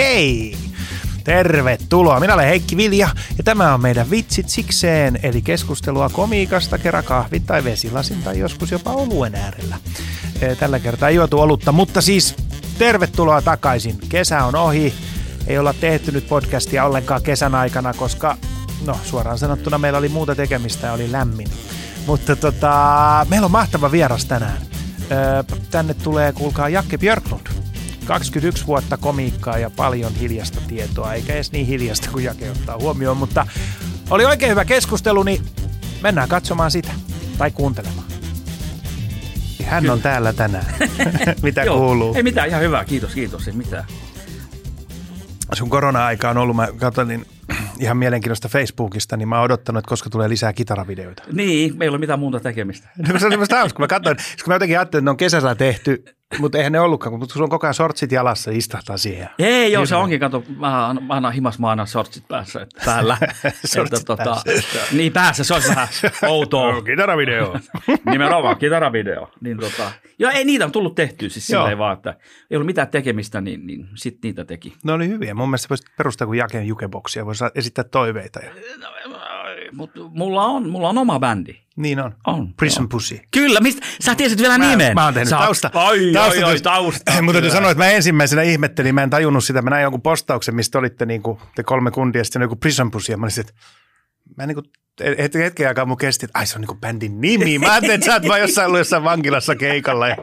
Hei! Tervetuloa. Minä olen Heikki Vilja ja tämä on meidän Vitsit sikseen, eli keskustelua komiikasta kerran kahvin tai vesilasin tai joskus jopa oluen äärellä. Tällä kertaa ei juotu olutta, mutta siis tervetuloa takaisin. Kesä on ohi. Ei olla tehty nyt podcastia ollenkaan kesän aikana, koska suoraan sanottuna meillä oli muuta tekemistä ja oli lämmin. Mutta meillä on mahtava vieras tänään. Tänne tulee, kuulkaa, Jacke Björklund. 21 vuotta komiikkaa ja paljon hiljasta tietoa, eikä edes niin hiljasta kuin Jake ottaa huomioon, mutta oli oikein hyvä keskustelu, niin mennään katsomaan sitä tai kuuntelemaan. Hän Kyllä. on täällä tänään. Mitä kuuluu? Ei mitään, ihan hyvä, kiitos, ei mitään. Sun korona-aika on ollut, mä katselin ihan mielenkiintoista Facebookista, niin mä oon odottanut, että koska tulee lisää kitaravideoita. Niin, meillä ei ole mitään muuta tekemistä. No, se oli musta hauska, kun mä katsoin, kun mä jotenkin ajattelin, että ne on kesällä tehty, mutta eihän ne ollutkaan, mutta sulla on koko ajan sortsit jalassa ja istahtaa siihen. Ei, joo, se onkin, kato, mä annan himas, mä annan sortsit päällä. Sortsit päässä. Niin päässä, se olisi vähän outoa. Kitaravideo. Nimenomaan, kitaravideo. Niin, joo, ei niitä on tullut tehtyä, siis silleen vaan, että ei ollut mitään tekemistä, niin sit niitä teki. No oli hyviä. Mun mielestä voisi perustaa kuin Jaken jukeboksia, voisi esittää toiveita. Mutta mulla on oma bändi. Niin on. Prison Pussy. Kyllä, mistä? Sä tiesit vielä nimen. Mä oon tehnyt tausta. Tausta. Mutta täytyy sanoa, että mä ensimmäisenä ihmettelin, mä en tajunnut sitä. Mä näin jonkun postauksen, mistä olitte niinku, te 3 kundia, sitten joku Prison Pussy. Ja mä olisin, että mä niinku, hetken aikaa mun kesti, että ai se on niinku bändin nimi. Mä ajattelin, että sä oot vaan jossain ollut jossain vankilassa keikalla. Ja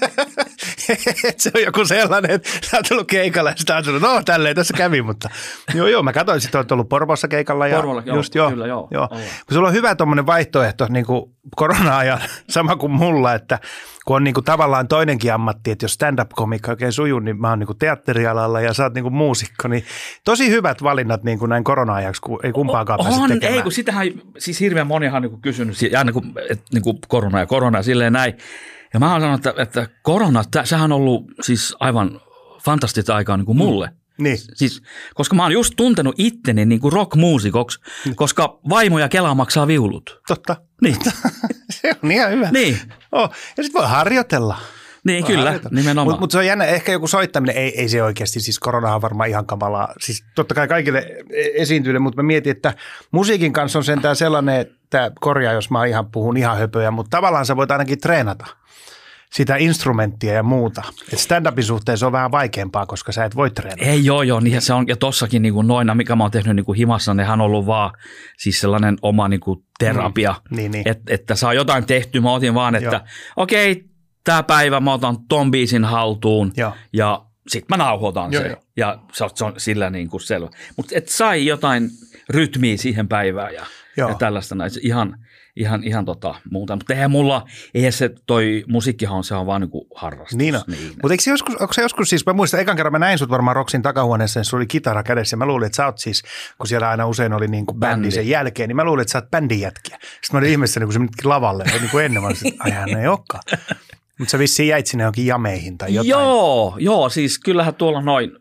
se on joku sellainen, että sä oot ollut keikalla ja sitä on tullut, no tälleen tässä kävi, mutta joo, mä katsoin, että oot ollut Porvoossa keikalla. Ja Porvolla, just, kyllä, joo. Kun sulla on hyvä tommonen vaihtoehto niin kuin korona-ajan, sama kuin mulla, että kun on niin kuin tavallaan toinenkin ammatti, että jos stand-up-komiikka oikein sujuu, niin mä oon niin kuin teatterialalla ja sä oot niin kuin muusikko, niin tosi hyvät valinnat niin kuin näin korona-ajaksi, kun ei kumpaakaan pääse tekemään. Ei, kun sitähän siis hirveän monihan niin kuin kysynyt, aina kun niin kuin korona ja silleen näin. Ja mä oon sanonut, että korona, sehän on ollut siis aivan fantastista aikaa niin kuin mulle. Niin. Siis, koska mä oon just tuntenut itteni niin kuin rock-muusikoksi, koska vaimo ja Kela maksaa viulut. Totta. Niin. Se on ihan hyvä. Niin. Ja sit voi harjoitella. Niin, kyllä, nimenomaan. Mutta se on jännä, ehkä joku soittaminen, ei se oikeasti, siis korona on varmaan ihan kamalaa. Siis totta kai kaikille esiintyjille, mutta mä mietin, että musiikin kanssa on sentään sellainen, että korjaa, jos mä puhun ihan höpöjä, mutta tavallaan sä voit ainakin treenata sitä instrumenttia ja muuta. Et stand-upin suhteen se on vähän vaikeampaa, koska sä et voi treenata. Ei, joo, niin se on, ja tossakin niin kuin noina, mikä mä oon tehnyt niin kuin himassa, nehän on ollut vaan siis sellainen oma niin kuin terapia, niin. Että saa jotain tehtyä. Mä otin vaan, että okei, tää päivä mä otan ton biisin haltuun ja sit mä nauhoitan sen. Ja se on sillä niin kuin selvä. Mutta et sai jotain rytmiä siihen päivään ja tällaista näin. Ihan muuta. Mutta eihän se toi musiikkihan se on vaan niinku harrastus. Niin on. Mutta onko se joskus siis, mä muistan, ekan kerran mä näin sut varmaan Rocksin takahuoneessa, ja sulla oli kitara kädessä, ja mä luulin, että sä oot siis, kun siellä aina usein oli niinku bändi sen jälkeen, niin mä luulin, että sä oot bändin jätkiä. Sitten mä olin ihmeessäni, kun se menitkin lavalle, niin kuin ennen, mä olin, että aihan ei olekaan. Mutta sä vissiin jäit sinne johonkin jameihin tai jotain. Joo, siis kyllähän tuolla noin,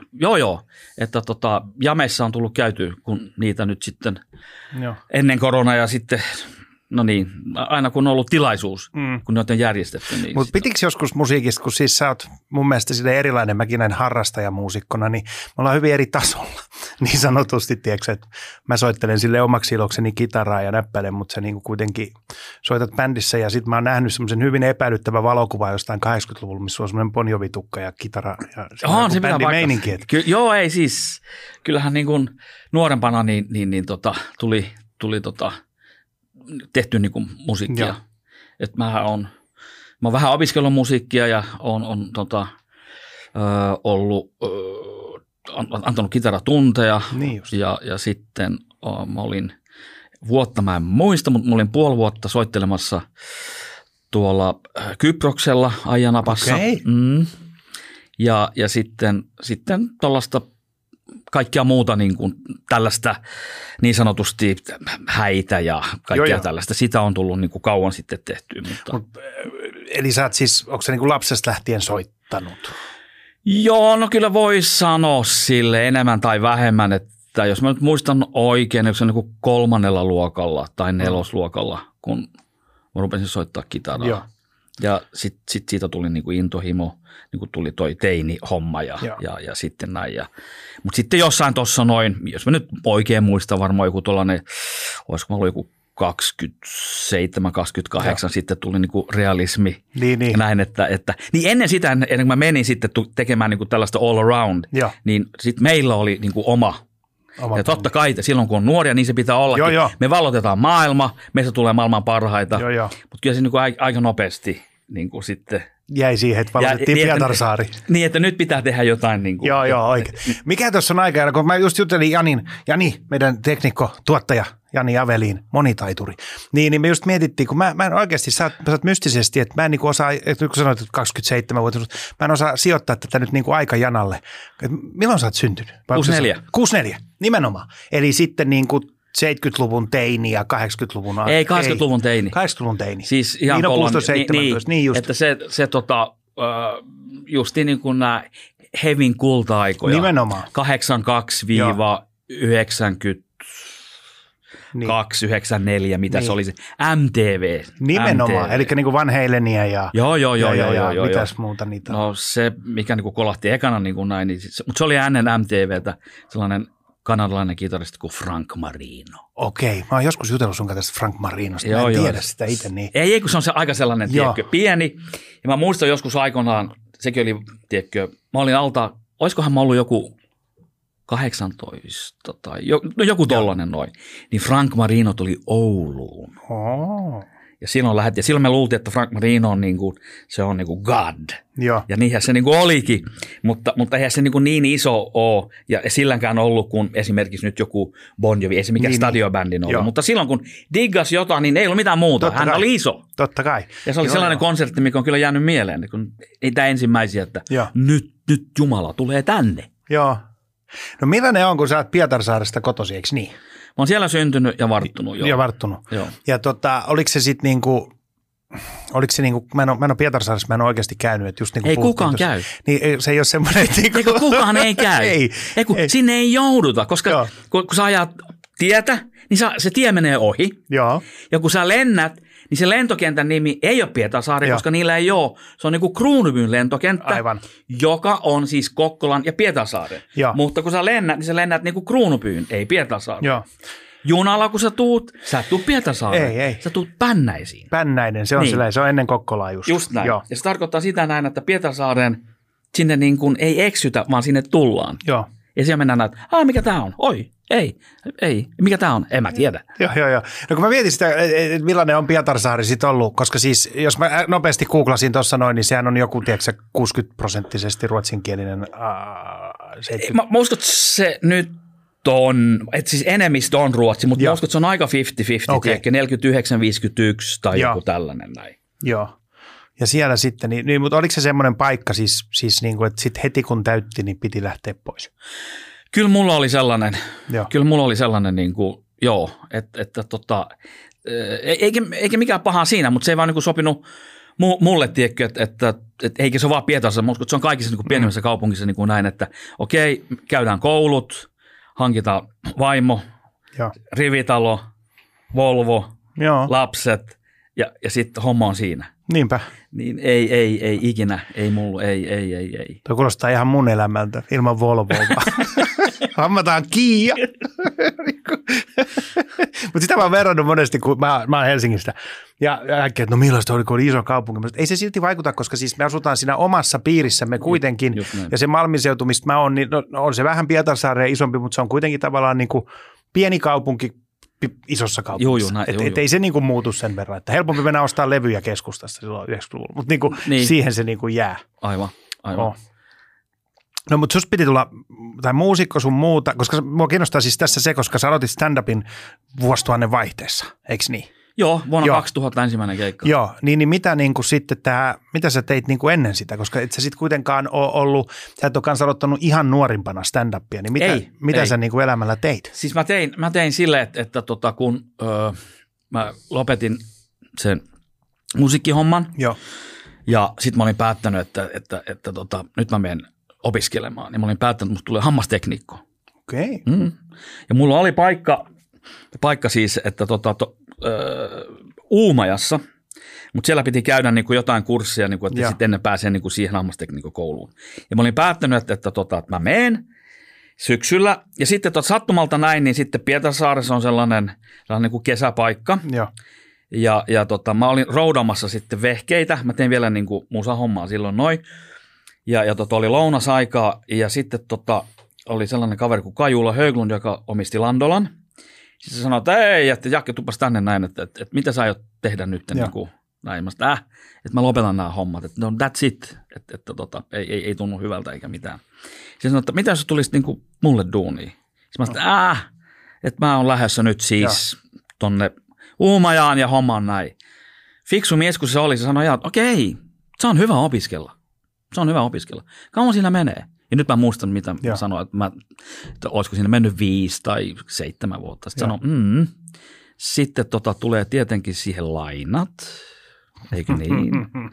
että jameissa on tullut käyty, kun niitä nyt sitten ennen koronaa ja sitten, no niin, aina kun on ollut tilaisuus, kun ne on järjestetty. Niin mutta pitikö joskus musiikista, kun siis sä oot mun mielestä sille erilainen, mäkin näin harrastajamuusikkona, niin me ollaan hyvin eri tasolla, niin sanotusti, tiedätkö, että mä soittelen sille omaksi ilokseni kitaraa ja näppäilen, mutta sä niin kuitenkin soitat bändissä ja sitten mä oon nähnyt semmoisen hyvin epäilyttävän valokuvan jostain 80-luvulla, missä on semmoinen Bon-Jovi-tukka ja kitara ja se bändimeininki. Joo, ei siis, kyllähän niin kuin nuorempana tuli tehty niin kuin musiikkia. Että mä oon vähän opiskellut musiikkia ja oon ollut, antanut kitaratunteja ja sitten mä olin vuotta, mä en muista, mutta mä olin 5 vuotta soittelemassa tuolla Kyproksella Ajanapassa. Okay. Ja sitten tuollaista kaikkia muuta niin kuin tällaista niin sanotusti häitä ja kaikkea tällaista. Sitä on tullut niin kuin kauan sitten tehtyä. Eli sä oot siis, onko sä niin kuin lapsesta lähtien soittanut? Joo, no kyllä voi sanoa sille enemmän tai vähemmän, että jos mä nyt muistan oikein, se on niin kuin 3. luokalla tai 4. luokalla, kun mä rupesin soittaa kitaraa. Ja sit siitä tuli niin kuin intohimo, niin kuin tuli toi teini-homma ja sitten näin. Mutta sitten jossain tuossa noin, jos mä nyt oikein muistan, varmaan joku tuollainen, olisiko mä ollut joku 27, 28, sitten tuli niinku realismi. Niin. Näin, niin ennen sitä, ennen kuin mä menin sitten tekemään niinku tällaista all around, niin sitten meillä oli niinku oma. Ja totta kai, silloin kun on nuoria, niin se pitää ollakin. Joo. Me valotetaan maailma, meistä tulee maailman parhaita, mutta kyllä se niinku aika nopeasti niinku sitten jäi siihen, että valotettiin Pietarsaari. Niin, että nyt pitää tehdä jotain. Niin kuin, joo, oikein. Mikä tuossa on aika, kun mä just juttelin Jani, meidän teknikko, tuottaja, Jani Aveliin, monitaituri, niin me just mietittiin, kun mä en oikeasti, sä oot mystisesti, että mä en niinku osaa, että kun sanoit, että 27-vuotias, mä en osaa sijoittaa tätä nyt niinku aikajanalle. Milloin sä oot syntynyt? 64, nimenomaan. Eli sitten niinku 70-luvun teini ja 80-luvun... Ei, 80-luvun teini. 80-luvun teini. Siis ihan niin 17, niin just. Että se justi niin kuin nämä hevin kulta-aikoja. Nimenomaan. 82-92-94, mitä se oli se MTV. Nimenomaan, eli niin kuin Van Halenia ja... Joo. Mitäs muuta niitä? No se, mikä niin kuin kolahti ekana niin kuin näin, niin, mutta se oli ennen MTVtä sellainen kanadalainen kitaristi kuin Frank Marino. Okei, mä oon joskus jutellut sun kanssa Frank Marinosta, mä en tiedä sitä itse. Niin. Ei, kun se on se aika sellainen, tiedätkö, pieni. Ja mä muistan joskus aikoinaan, sekin oli, tiedätkö, mä olin olisikohan mä ollut joku 18 tai joku tollainen noin. Niin Frank Marino tuli Ouluun. Ja silloin me luultiin, että Frank Marino on se on God. Joo. Ja niinhän se olikin, mutta eihän se niin iso ole ja silläkään ollut kuin esimerkiksi nyt joku Bon Jovi, ei se mikään stadiobändin ollut. Mutta silloin kun diggas jotain, niin ei ollut mitään muuta. Hän oli iso. Totta kai. Ja se oli sellainen konsertti, mikä on kyllä jäänyt mieleen, kun niitä ensimmäisiä, että nyt Jumala tulee tänne. Joo. No millainen on, kun sä oot Pietarsaaresta kotosi, eikö niin? Mä oon siellä syntynyt ja varttunut. Ja varttunut. Joo. Ja oliko se sitten niinku, mä en ole Pietarsaaressa, mä en ole oikeasti käynyt, että just niin kuin ei kukaan käy. Niin se ei ole semmoinen. Eikö kukaan ei käy? ei. Sinne ei jouduta, koska kun sä ajat tietä, niin se tie menee ohi. Joo. Ja kun sä lennät, niin se lentokentän nimi ei ole Pietarsaari, koska niillä ei ole. Se on niin kuin Kruunuvyn lentokenttä, joka on siis Kokkolan ja Pietarsaaren. Mutta kun sä lennät niin kuin Kruunupyyn, ei Pietarsaaren. Joo. Junalla kun sä et tuu Pietarsaareen. Ei. Sä tuut Pännäisiin. Pännäinen, se on niin. Se on ennen Kokkolaa just. Just näin. Joo. Ja se tarkoittaa sitä näin, että Pietarsaaren sinne niin kuin ei eksytä, vaan sinne tullaan. Joo. Ja siellä mennään, että mikä tää on? Oi, ei, mikä tää on? En mä tiedä. Joo. No kun mä mietin sitä, että millainen on Pietarsaari sitten ollut, koska siis jos mä nopeasti googlasin tuossa noin, niin sehän on joku, tiedätkö 60% ruotsinkielinen. Mä uskon, että se nyt on, että siis enemmistö on ruotsi, mutta mä uskon, että se on aika 50-50, tiedätkö 49-51 tai joku tällainen näin. Joo. Ja siellä sitten, niin, mutta oliko se semmoinen paikka siis niin kuin, että sitten heti kun täytti, niin piti lähteä pois? Kyllä mulla oli sellainen, niin kuin, että eikä mikään pahaa siinä, mutta se ei vaan niin kuin sopinut mulle, tiedätkö, että eikä se ole vaan Pietarsaaressa, mutta se on kaikissa niin kuin pienemmissä kaupungissa niin kuin näin, että okei, käydään koulut, hankitaan vaimo, rivitalo, Volvo, lapset ja sitten homma on siinä. Niinpä. Niin ei ikinä, ei mulla, ei. Tuo kuulostaa ihan mun elämältä, ilman Volvoa. Hammataan Kia. Mutta sitä mä oon verrannut monesti, kun mä oon Helsingistä. Ja äkkiä, että no millaista oli, kun oli iso kaupunki. Mutta ei se silti vaikuta, koska siis me asutaan siinä omassa piirissämme kuitenkin. Ja se Malmin seutu, mistä mä oon, niin on se vähän Pietarsaareen isompi, mutta se on kuitenkin tavallaan niin kuin pieni kaupunki isossa kaupungissa. Että ei se niinku muutu sen verran. Että helpompi mennä ostaa levyjä keskustasta silloin 90-luvulla. Mutta siihen se niinku jää. Aivan. No mutta sus piti tulla, tai muusikko sun muuta, koska mua kiinnostaa siis tässä se, koska sä aloitit stand-upin vuosituhannen vaihteessa, eikö niin? Joo, vuonna 2000 ensimmäinen keikka. Joo, niin mitä niinku sitten mitä sä teit niinku ennen sitä, koska et sä sit kuitenkaan ole ollut, sä et ole kanssa aloittanut ihan nuorimpana stand-upia, niin mitä sä niinku elämällä teit? Siis mä tein silleen, että kun mä lopetin sen musiikkihomman ja sit mä olin päättänyt, että nyt mä menen opiskelemaan, niin mä olin päättänyt, että musta tulee hammastekniikko. Okei. Ja mulla oli paikka siis, että Uumajassa, Mutta siellä piti käydä niin kuin jotain kurssia, niin kuin, että sitten ennen pääsee niin kuin siihen hammastekniikkokouluun. Ja mä olin päättänyt, että mä menen syksyllä. Ja sitten sattumalta näin, niin sitten Pietarsaaressa on sellainen niin kuin kesäpaikka. Ja mä olin roudamassa sitten vehkeitä. Mä tein vielä niin kuin musahommaa silloin noin. Ja oli lounasaikaa. Ja sitten oli sellainen kaveri kuin Kajula Höglund, joka omisti Landolan. Sitten se sanoi, että ei, että Jakke, tupas tänne näin, että mitä sä aiot tehdä nyt niin kuin näin. Mä sanoin, että mä lopetan nämä hommat, että no that's it, että ei tunnu hyvältä eikä mitään. Sitten sanoi, että mitä jos tulisit niin kuin mulle duuniin? Sitten mä sanoin, että mä oon lähdössä nyt siis tonne Uumajaan ja hommaan näin. Fiksu mies, kun se oli, se sanoi, että okei, se on hyvä opiskella. Kauan siinä menee? Ja nyt mä muistan, mitä mä sanoin, että olisiko siinä mennyt 5 tai 7 vuotta. Sitten sanoin, sitten tulee tietenkin siihen lainat, eikö niin?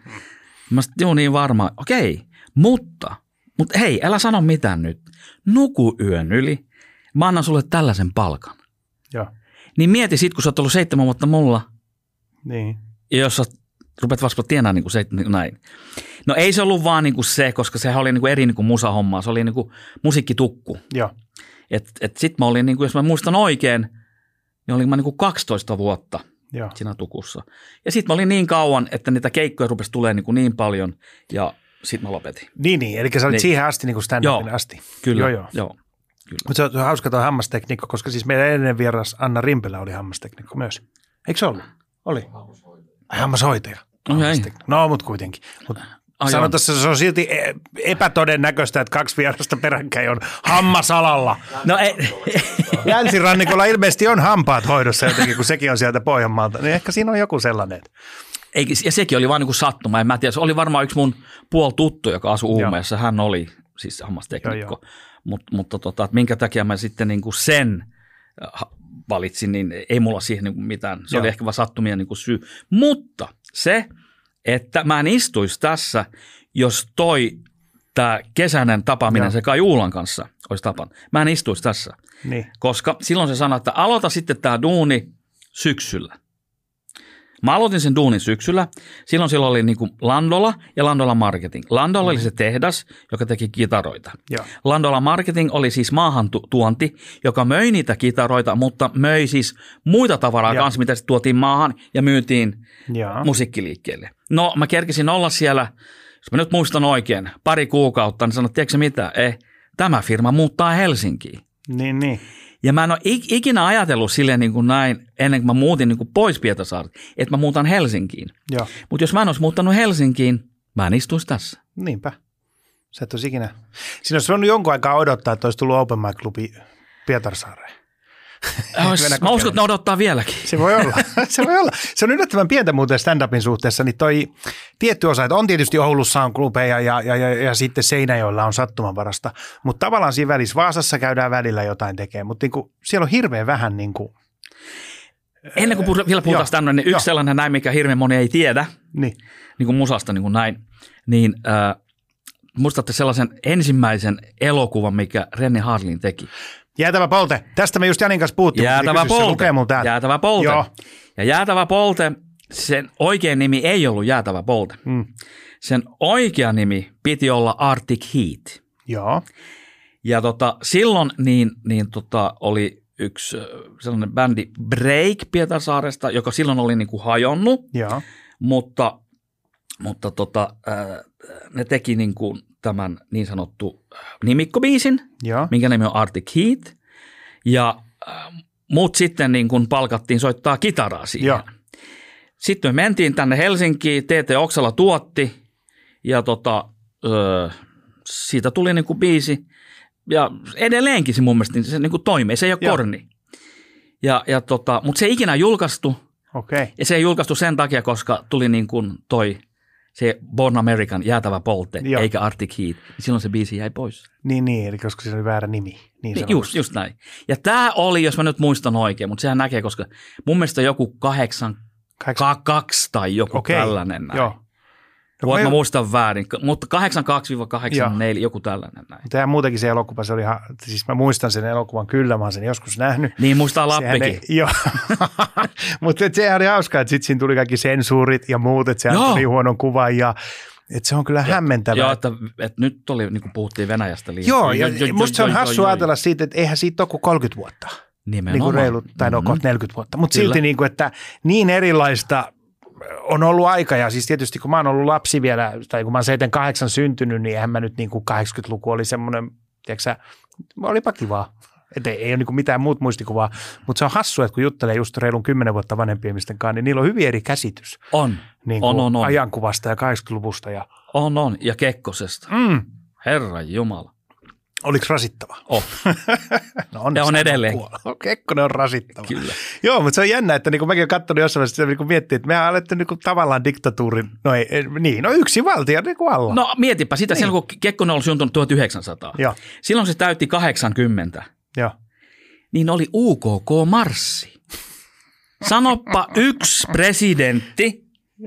Mä sanoin, niin varmaan, okei, mutta hei, älä sano mitään nyt. Nuku yön yli, mä annan sulle tällaisen palkan. Joo. Niin mieti sit, kun sä oot ollut 7 vuotta mulla. Niin. Ja jos sä rupeat vasta tienaa niin kuin näin. No ei se ollut vaan niin kuin se, koska sehän oli niin kuin eri niin kuin musahommaa. Se oli niin kuin musiikkitukku. Joo. Et sit mä olin, niin kuin, jos mä muistan oikein, niin olin mä niin kuin 12 vuotta siinä tukussa. Ja sit mä olin niin kauan, että niitä keikkoja rupesi tulemaan niin paljon ja sit mä lopetin. Niin, eli sä olit siihen asti niin kuin stand-upin asti. Kyllä, joo. Mutta se on hauska tuo hammastekniikko, koska siis meidän edellinen vieras Anna Rimpelä oli hammastekniikko myös. Eikö se ollut? Oli. Hammashoitaja. No, mutta kuitenkin. Sano tässä, se on silti epätodennäköistä, että 2 vierasta peräkkäin on hammasalalla. No ei. Länsirannikolla ilmeisesti on hampaat hoidossa jotenkin, kun sekin on sieltä Pohjanmaalta. Niin ehkä siinä on joku sellainen. Ja sekin oli vaan niin kuin sattuma. En mä tiedä, se oli varmaan yksi mun puoltuttu, joka asui Uumeessa. Hän oli siis hammasteknikko. Mutta minkä takia mä sitten niin kuin sen valitsin, niin ei mulla siihen niin kuin mitään. Se oli ehkä vaan sattumia niin kuin syy. Mutta se, että mä en istuisi tässä, jos tämä kesäinen tapaaminen se Kai Uulan kanssa olisi tapannut. Mä en istuisi tässä, koska silloin se sanoi, että aloita sitten tämä duuni syksyllä. Mä aloitin sen duunin syksyllä. Silloin oli niin kuin Landola ja Landola Marketing. Landola oli se tehdas, joka teki kitaroita. Landola Marketing oli siis maahantuonti, joka möi niitä kitaroita, mutta möi siis muita tavaraa kanssa, mitä sitten tuotiin maahan ja myytiin musiikkiliikkeelle. No mä kerkisin olla siellä, jos mä nyt muistan oikein, 2 kuukautta, niin sanoin, tiedätkö mitä, tämä firma muuttaa Helsinkiin. Niin. Ja mä en ole ikinä ajatellut silleen niin kuin näin, ennen kuin mä muutin niin kuin pois Pietarsaaresta, että mä muutan Helsinkiin. Mutta jos mä en olisi muuttanut Helsinkiin, mä en istuisi tässä. Niinpä. Sä et olisi ikinä. Siinä olisi voinut jonkun aikaa odottaa, että olisi tullut Open Mic-klubi Pietarsaareen. Mä uskon, että ne odottaa vieläkin. Se voi olla. Se on yllättävän pientä muuten stand-upin suhteessa, niin toi tietty osa, että on tietysti Oulussa on klubeja ja sitten Seinäjoella on sattumanvarasta, mutta tavallaan siinä välissä Vaasassa käydään välillä jotain tekemään, mutta niin siellä on hirveän vähän niin kuin. Ennen kuin vielä puhutaan stand niin yksi sellainen näin, mikä hirveän moni ei tiedä, niin kuin musasta niin kuin näin, niin muistatte sellaisen ensimmäisen elokuvan, mikä Rennie Harlin teki. Jäätävä polte. Tästä me just Janin kanssa puhuttiin. Jäätävä polte. Joo. Ja Jäätävä polte, sen oikein nimi ei ollut Jäätävä polte. Sen oikea nimi piti olla Arctic Heat. Joo. Ja silloin oli yksi sellainen bändi Break Pietarsaaresta, joka silloin oli niin kuin hajonnut. Joo. Mutta ne teki niin kuin tämän niin sanottu nimikkobiisin, minkä nimi on Arctic Heat, ja mut sitten niin kuin palkattiin soittaa kitaraa siihen. Sitten me mentiin tänne Helsinkiin, TT Oksala tuotti, ja siitä tuli niin kuin biisi, ja edelleenkin se mun mielestä se niin kuin toimii, se ei ole korni. Mutta se ei ikinä julkaistu, ja se ei julkaistu sen takia, koska tuli niin kuin se Born American Jäätävä polte, eikä Arctic Heat. Silloin se biisi jäi pois. Niin, eli koska se oli väärä nimi. Niin just näin. Ja tämä oli, jos mä nyt muistan oikein, mutta sehän näkee, koska mun mielestä joku 82 tai joku tällainen näin. Voit mä muistaa väärin, mutta 82-84, joku tällainen näin. Tämä muutenkin se elokuva, se oli ihan, siis mä muistan sen elokuvan kyllä, mä oon sen joskus nähnyt. Niin, muistaa Lappikin. Joo, mutta sehän oli hauskaa, että sitten siinä tuli kaikki sensuurit ja muut, että sehän tuli huonon kuvan ja että se on kyllä hämmentävää. Joo, että nyt oli, niin kuin puhuttiin Venäjästä liikaa. Joo, ja musta se on hassu ajatella siitä, että eihän siitä ole kuin 30 vuotta. Nimenomaan. Niin kuin reilut, tai kohta 40 vuotta, mutta silti niin kuin, että niin erilaista on ollut aika, ja siis tietysti kun mä oon ollut lapsi vielä, tai kun mä oon 78 syntynyt, niin eihän mä nyt niin kuin 80-luku oli semmoinen, tiedätkö olipa kivaa. Että ei ole niin mitään muut muistikuvaa, mutta se on hassu, että kun juttelee just reilun 10 vuotta vanhempien ihmisten kanssa, niin niillä on hyvin eri käsitys. On. Niin kuin on. Ajankuvasta ja 80-luvusta. Ja ja Kekkosesta. Herran jumala. Oliko rasittava? On edelleen. Kekkonen on rasittava. Kyllä. Joo, mutta se on jännä, että niin mäkin olen katsonut jossain vaiheessa, niin miettii, että mehän on alettu niin tavallaan diktatuurin, yksi valtio niin kuin alla. No mietipä sitä, silloin kun Kekkonen oli syntynyt 1900. Joo. Silloin se täytti 80. Joo. Niin oli UKK-marssi. Sanoppa yksi presidentti,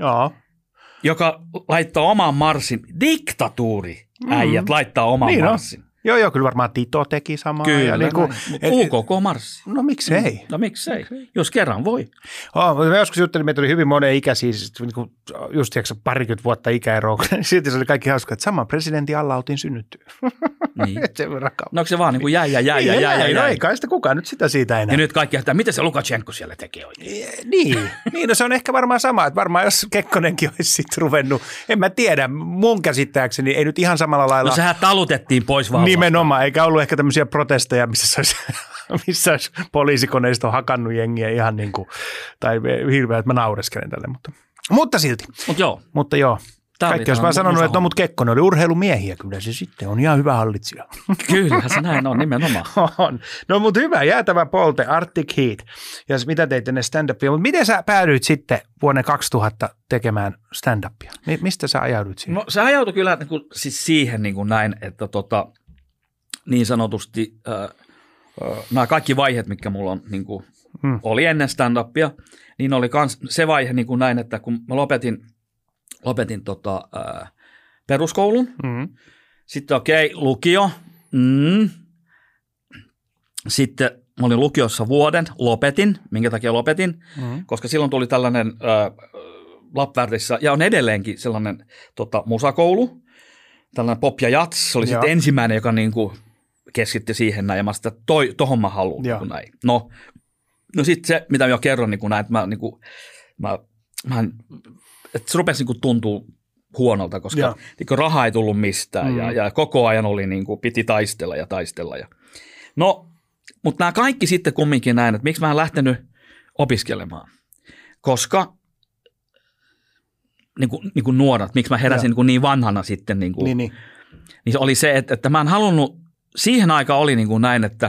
joka laittaa oman marssin, diktatuuri. Äijät laittaa oman marssin. Joo, kyllä varmaan Tito teki samaa. Kyllä, ja niin kuin, UKK-marssi. No miksei? No miksei, jos kerran voi. Me joskus juttelin, meitä oli hyvin monen ikäisiä, niin just parikymmentä vuotta ikäeroa. Silti se oli kaikki hauska, että saman presidentin alla oltiin synnytty. Niin. No onko se vaan niin kuin jäi. No ei kai sitä kukaan nyt sitä siitä enää. Ja nyt kaikki jähtää, mitä se Lukashenko siellä tekee oikein? Niin, no se on ehkä varmaan sama, että varmaan jos Kekkonenkin olisi sitten ruvennut, en mä tiedä, mun käsittääkseni ei nyt ihan samalla lailla. No sehän talutettiin pois vallasta. Nimenomaan, eikä ollut ehkä tämmöisiä protesteja, missä olisi poliisikoneisto hakannut jengiä ihan niin kuin, tai hirveä, että mä naureskelen tälle, mutta silti. Mutta joo. Kaikki olisi vaan sanonut, että mutta Kekkonen oli urheilumiehiä, kyllä se sitten on ihan hyvä hallitsija. Kyllähän se näin on, nimenomaan. On. No mutta hyvä, jäätävä polte, Arctic Heat. Ja mitä teitte ne stand-upia, mutta miten sä päädyit sitten vuonna 2000 tekemään stand-upia? Mistä sä ajaudut siihen? No se ajautui kyllä siis siihen niin kuin näin, että niin sanotusti nämä kaikki vaiheet, mitkä mulla on, niin kuin, oli ennen stand-upia, niin oli kans se vaihe niin kuin näin, että kun mä lopetin peruskoulun, sitten lukio, sitten mä olin lukiossa vuoden, lopetin, minkä takia lopetin, koska silloin tuli tällainen Lappvärdissä, ja on edelleenkin sellainen musakoulu, tällainen pop ja jats, se oli sitten ensimmäinen, joka niinku keskittyi siihen näin, ja mä sitä tohon mä haluun, niin näin. No sitten se, mitä mä jo kerron, niin näin, että se rupesi niin tuntua huonolta, koska niin raha ei tullut mistään ja koko ajan oli niin kuin, piti taistella. No, mutta nämä kaikki sitten kumminkin näin, että miksi mä en lähtenyt opiskelemaan, koska niin kuin nuoret, miksi mä heräsin niin vanhana sitten, niin se oli se, että mä en halunnut, siihen aikaan oli niin kuin näin, että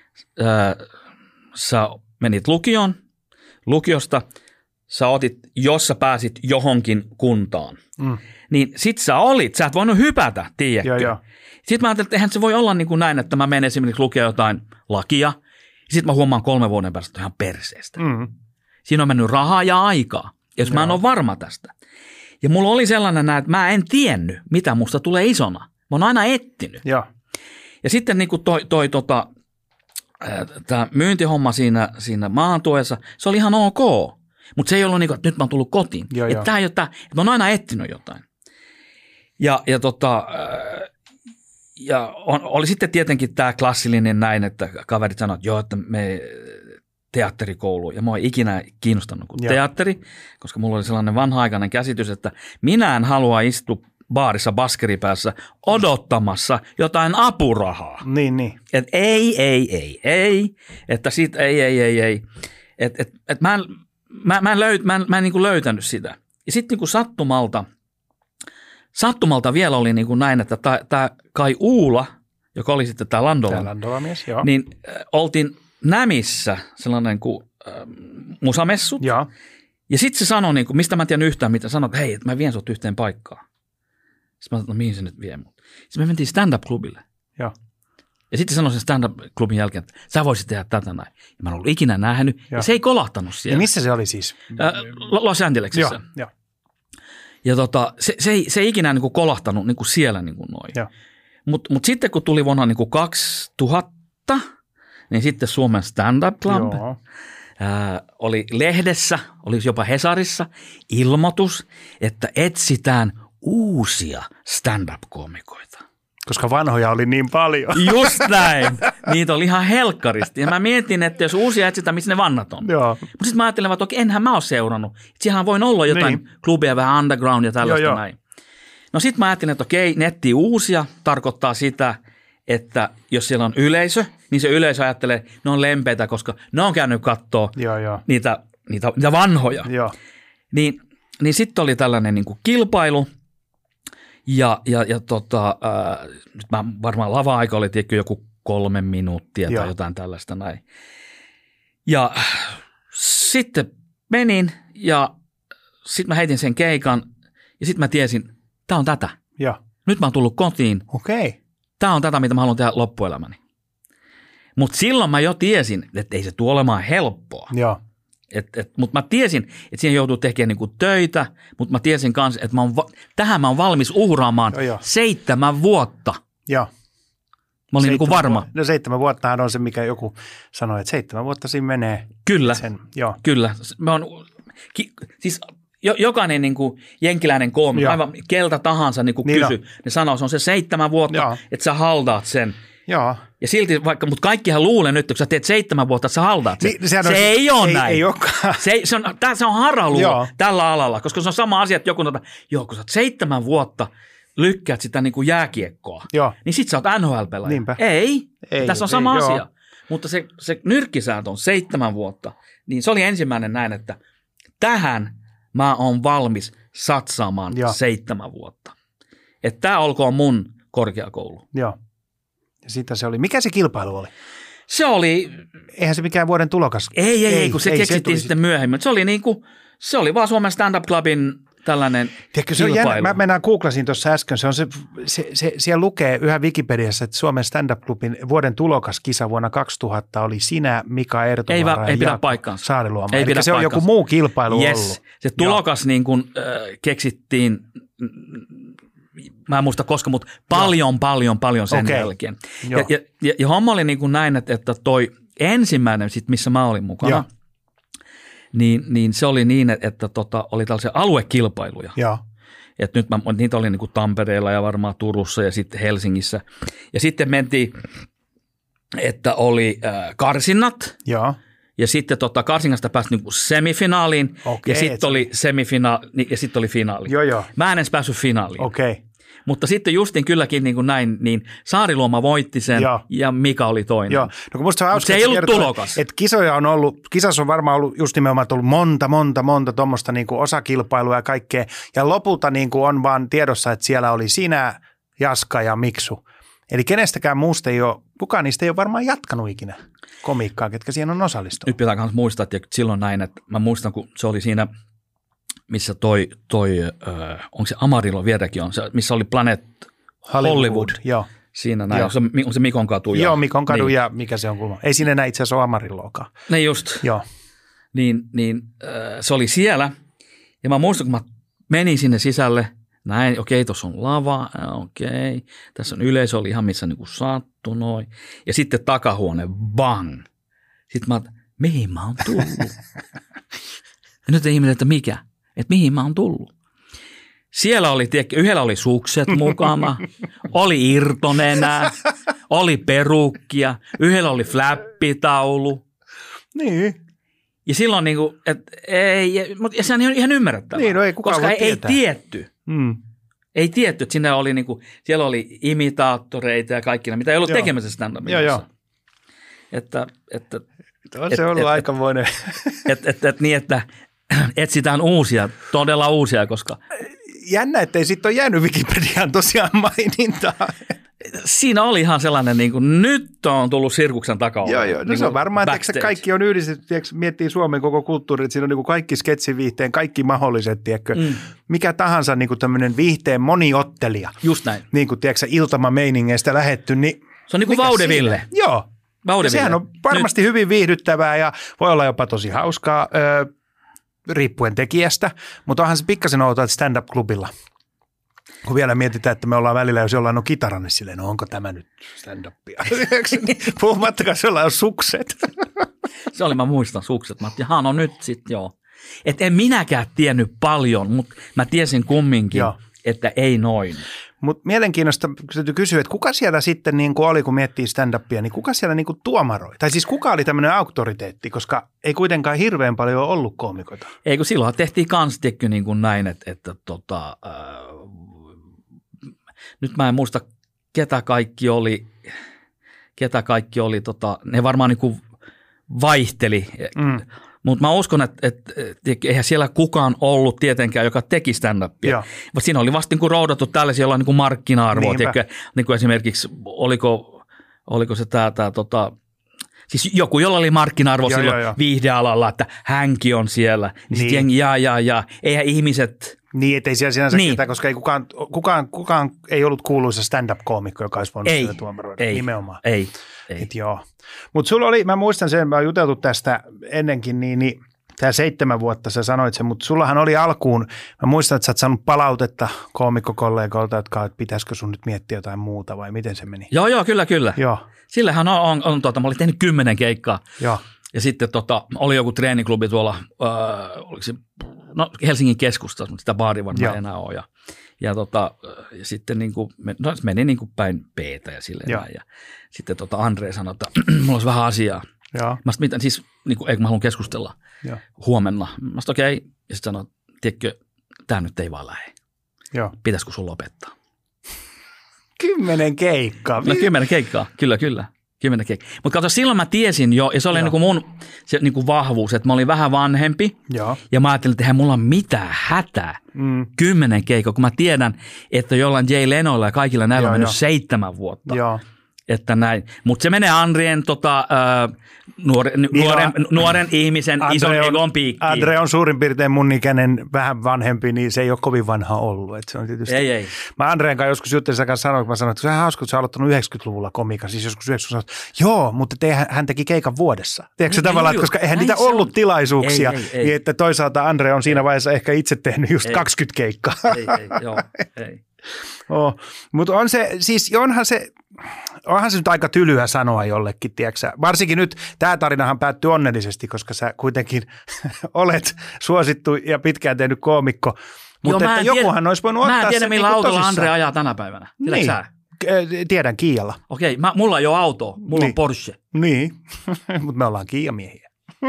sä menit lukiosta, sä jos sä pääsit johonkin kuntaan, niin sit sä et voinut hypätä, tiedätkö? Sitten mä ajattelin, että eihän se voi olla niin kuin näin, että mä menen esimerkiksi lukea jotain lakia, ja sitten mä huomaan 3 vuoden päästä ihan perseestä. Siinä on mennyt rahaa ja aikaa, jos mä en ole varma tästä. Ja mulla oli sellainen, että mä en tiennyt, mitä musta tulee isona. Mä oon aina etsinyt. Ja sitten niin kuin tämä myyntihomma siinä maantuessa, se oli ihan ok. Mutta se ei ollut niin kuin, että nyt mä oon tullut kotiin. Että että mä oon aina etsinyt jotain. Oli sitten tietenkin tämä klassillinen näin, että kaverit sanoivat, että me teatterikoulu. Ja mua ei ikinä kiinnostanut kuin teatteri, koska mulla oli sellainen vanha-aikainen käsitys, että minä en halua istua baarissa baskeripäässä odottamassa jotain apurahaa. Niin. Että ei. Että sit ei. Että mä en niin kuin löytänyt sitä. Ja sitten niin sattumalta vielä oli niin kuin näin, että tämä Kai Uula, joka oli sitten tämä Landola-mies, niin oltiin Nämissä sellainen kuin musamessut. Ja sitten se sanoi, niin kuin, mistä mä en tiedä yhtään mitä, sanoi, että hei, että mä vien sut yhteen paikkaan. Sitten mä sanoin, no mihin se nyt vie mut. Sitten me mentiin stand-up-klubille. Ja sitten sanoin sen stand-up-klubin jälkeen, että sä voisit tehdä tätä näin. Ja mä en ollut ikinä nähnyt, ja se ei kolahtanut siellä. Ja missä se oli siis? Los Angelesissa. Ja se ei ikinä niin kuin kolahtanut niin kuin siellä niin kuin noin. Mutta sitten kun tuli vuonna niin kuin 2000, niin sitten Suomen Stand-Up Club oli lehdessä, oli jopa Hesarissa ilmoitus, että etsitään uusia stand-up-komikoita. Koska vanhoja oli niin paljon. Just näin. Niitä oli ihan helkkaristi. Ja mä mietin, että jos uusia etsitään, missä ne vanhat on. Mutta sitten mä ajattelin, että enhän mä ole seurannut. Siellähän voi olla jotain klubia, vähän underground ja tällaista näin. No sitten mä ajattelin, että okei, netti uusia tarkoittaa sitä, että jos siellä on yleisö, niin se yleisö ajattelee, ne on lempeitä, koska ne on käynyt katsoa niitä vanhoja. Niin sitten oli tällainen niin kuin kilpailu. Nyt mä varmaan lava-aika oli joku 3 minuuttia tai jotain tällaista näin. Ja sitten menin ja sitten mä heitin sen keikan ja sitten mä tiesin, tää on tätä. Nyt mä oon tullut kotiin. Tää on tätä, mitä mä haluan tehdä loppuelämäni. Mutta silloin mä jo tiesin, että ei se tule olemaan helppoa. Mutta mä tiesin, että siihen joutuu tekemään niinku töitä, mutta mä tiesin kanssa, että tähän mä oon valmis uhraamaan 7 vuotta. Mä olin niinku varma. No 7 vuottahan on se, mikä joku sanoi, että 7 vuotta siinä menee. Kyllä, kyllä. Siis jokainen niinku jenkkiläinen koomikko, aivan keltä tahansa niinku kysy, ne sanoo, se on se 7 vuotta, että sä haldaat sen. Ja silti, mutta kaikkihan luulee nyt, kun sä teet 7 vuotta, että sä haldaat sen. Niin, se ei ole näin. Ei olekaan. Se on harhaluulo tällä alalla, koska se on sama asia, että joku kun sä oot 7 vuotta lykkäät sitä niin kuin jääkiekkoa, niin sit sä oot NHL-pelaaja. Ei, tässä on sama asia. Mutta se nyrkkisääntö on 7 vuotta, niin se oli ensimmäinen näin, että tähän mä oon valmis satsaamaan 7 vuotta. Että tää olkoon mun korkeakoulu. Ja siitä se oli. Mikä se kilpailu oli? Se oli... Eihän se mikään vuoden tulokas. Ei, kun se keksittiin sitten myöhemmin. Se oli vaan Suomen Stand-Up Clubin tällainen tiedätkö, se kilpailu. On jännä. Mä mennään googlasin tuossa äsken. Siellä lukee yhä Wikipediassa, että Suomen Stand-Up Clubin vuoden tulokaskisa vuonna 2000 oli sinä, Mika Ertovaara ja Jaakko Saariluoma. Eli se on joku muu kilpailu ollut. Se tulokas niin kuin, keksittiin... Mä en muista koska, mutta paljon sen jälkeen. Ja homma oli niin kuin näin, että toi ensimmäinen, sit missä mä olin mukana, niin se oli niin, että oli tällaisia aluekilpailuja. Että nyt niitä oli niin kuin Tampereella ja varmaan Turussa ja sitten Helsingissä. Ja sitten mentiin, että oli karsinnat. Ja sitten karsingasta pääsi niin kuin semifinaaliin ja sitten oli semifinaali ja sitten oli finaali. Mä en edes päässyt finaaliin. Mutta sitten justiin kylläkin niin kuin näin, niin Saariluoma voitti sen ja Mika oli toinen. No, kun musta on hauska, se ei ollut tulokas. Että kisassa on varmaan ollut just nimenomaan tullut monta tuommoista niin kuin osakilpailua ja kaikkea. Ja lopulta niin kuin on vaan tiedossa, että siellä oli sinä, Jaska ja Miksu. Eli kenestäkään muusta ei ole, kukaan niistä ei ole varmaan jatkanut ikinä komiikkaa, ketkä siihen on osallistunut. Nyt pitää myös muistaa, että silloin näin, että mä muistan, kun se oli siinä, missä onko se Amarillo vierekin on, missä oli Planet Hollywood. Siinä näin, on se Mikon katu. Joo, Mikon kadu ja mikä se on kulma. Ei sinne enää itse asiassa ole Amarilloakaan. Niin just. Niin se oli siellä ja mä muistan, kun mä menin sinne sisälle, näin, tuossa on lava, tässä on yleisö, oli ihan missä niinku sattu noin. Ja sitten takahuone, bang. Sitten mä mihin mä oon tullut? Ja nyt ihmetellä, että mikä? Että mihin mä oon tullut? Siellä oli, yhdellä oli sukset mukana, oli irtonenä, oli perukkia, yhdellä oli flappitaulu. Niin. Ja silloin niinku, että ei, ja se on ihan ymmärrettävää. Niin, no ei kukaan voi tietää. Ei tietty, että siinä oli niinku, siellä oli imitaattoreita ja kaikki, mitä ei ollut tekemässä stand-upin kanssa. Että on se ollut aikamoinen. Niin, että etsitään uusia, todella uusia, koska... Jännä, ettei sitten ole jäänyt Wikipediaan tosiaan mainintaa. Siinä oli ihan sellainen, niin kuin nyt on tullut sirkuksen takaa. Joo, no niin se on varmaan, että kaikki on yhdistetty, miettii Suomen koko kulttuuri, että siinä on niin kuin kaikki sketsiviihteen, kaikki mahdolliset, tiedätkö, mikä tahansa niin kuin tämmöinen viihteen moniottelija. Just näin. Niin kuin, tiedätkö, iltamameiningeistä lähetty, niin... Se on niin kuin Vaudeville. Joo. Ja sehän on varmasti hyvin viihdyttävää ja voi olla jopa tosi hauskaa. riippuen tekijästä, mutta onhan se pikkasen outoa, että stand-up-klubilla, kun vielä mietitään, että me ollaan välillä, jos jollain on kitara, niin silleen, no onko tämä nyt stand-upia? Puhumattakaan, jos jollain on sukset. Se oli, mä muistan sukset. Mä ajattelin, no nyt sitten joo. Että en minäkään tiennyt paljon, mutta mä tiesin kumminkin, joo, että ei noin. Mutta mielenkiinnosta täytyy kysyä, että kuka siellä sitten niin kuin oli, kun miettii stand-upia, niin kuka siellä niin kuin tuomaroi? Tai siis kuka oli tämmöinen auktoriteetti, koska ei kuitenkaan hirveän paljon ole ollut koomikoita. Ei, kun silloin tehtiin kans niin kuin näin, että nyt mä en muista, ketä kaikki oli, ne varmaan niin kuin vaihteli. Mutta mä uskon, että eihän siellä kukaan ollut tietenkään, joka teki stand-upia. Mutta siinä oli vasta niin kuin roudattu tällaisia, joilla on niin kuin markkina-arvoa. Niin kuin esimerkiksi, oliko se siis joku, jolla oli markkina-arvo silloin viihdealalla, että hänkin on siellä. Niin sitten jengi eihän ihmiset... Niin, ettei siellä sinänsä ketään, koska ei kukaan ei ollut kuuluisa stand-up-koomikko, joka olisi voinut sitä tuomaroida. Nimenomaan. Ei. Joo. Mutta sulla oli, mä muistan sen, mä oon juteltu tästä ennenkin, niin tämä 7 vuotta sä sanoit sen, mutta sullahan oli alkuun, mä muistan, että sä oot saanut palautetta koomikkokollegoilta, jotka että pitäisikö sun nyt miettiä jotain muuta vai miten se meni? Joo, kyllä. Joo. Sillähän mä olin tehnyt 10 keikkaa. Joo. Ja sitten oli joku treeniklubi tuolla, oliko se, Helsingin keskustassa, mutta sitä baaria varmaan ei enää ole. Ja sitten niin kuin, se meni niin kuin päin P-tä ja silleen näin. Ja sitten Andre sanoi, että mulla olisi vähän asiaa. Mä sanoin, siis niin kuin, eikö mä haluan keskustella huomenna. Mä sanoin, okei. Ja sitten sanoi, tiedätkö, tämä nyt ei vaan lähde. Pitäisikö sun lopettaa? 10 keikkaa. No 10 keikkaa, kyllä. 10 keikkaa. Mutta kato, silloin mä tiesin jo, ja se oli niin kuin mun se, niin kuin vahvuus, että mä olin vähän vanhempi. Ja mä ajattelin, että eihän mulla mitään hätää. 10 keikkaa, kun mä tiedän, että jollain Jay Lenoilla ja kaikilla näillä on mennyt 7 vuotta. Että näin. Mutta se menee Andreen nuoren ihmisen ison egon piikkiin. Andre on suurin piirtein mun ikäinen, vähän vanhempi, niin se ei ole kovin vanha ollut. Et se on tietysti... Ei. Mä Andreen kanssa joskus juttelin kanssa sanoin, kun mä sanoin, että se on hauska, että sä oot aloittanut 90-luvulla komiikan. Siis joskus 90-luvulla joo, mutta hän teki keikan vuodessa. Tiedätkö se tavallaan, koska eihän niitä ollut tilaisuuksia. Ei. Niin, että toisaalta Andre on siinä vaiheessa ehkä itse tehnyt just 20 keikkaa. Ei. Mutta on se, siis onhan se nyt aika tylyä sanoa jollekin, tiedätkö? Varsinkin nyt tämä tarinahan päättyy onnellisesti, koska sä kuitenkin olet suosittu ja pitkään tehnyt koomikko. Mutta jokuhan olisi voinut ottaa sen. Mä en tiedä, millä autolla Andre ajaa tänä päivänä. Tiedätkö sä? Tiedän Kiialla. Okei, mulla ei ole autoa, mulla on Porsche. Niin, mutta me ollaan Kiia-miehiä.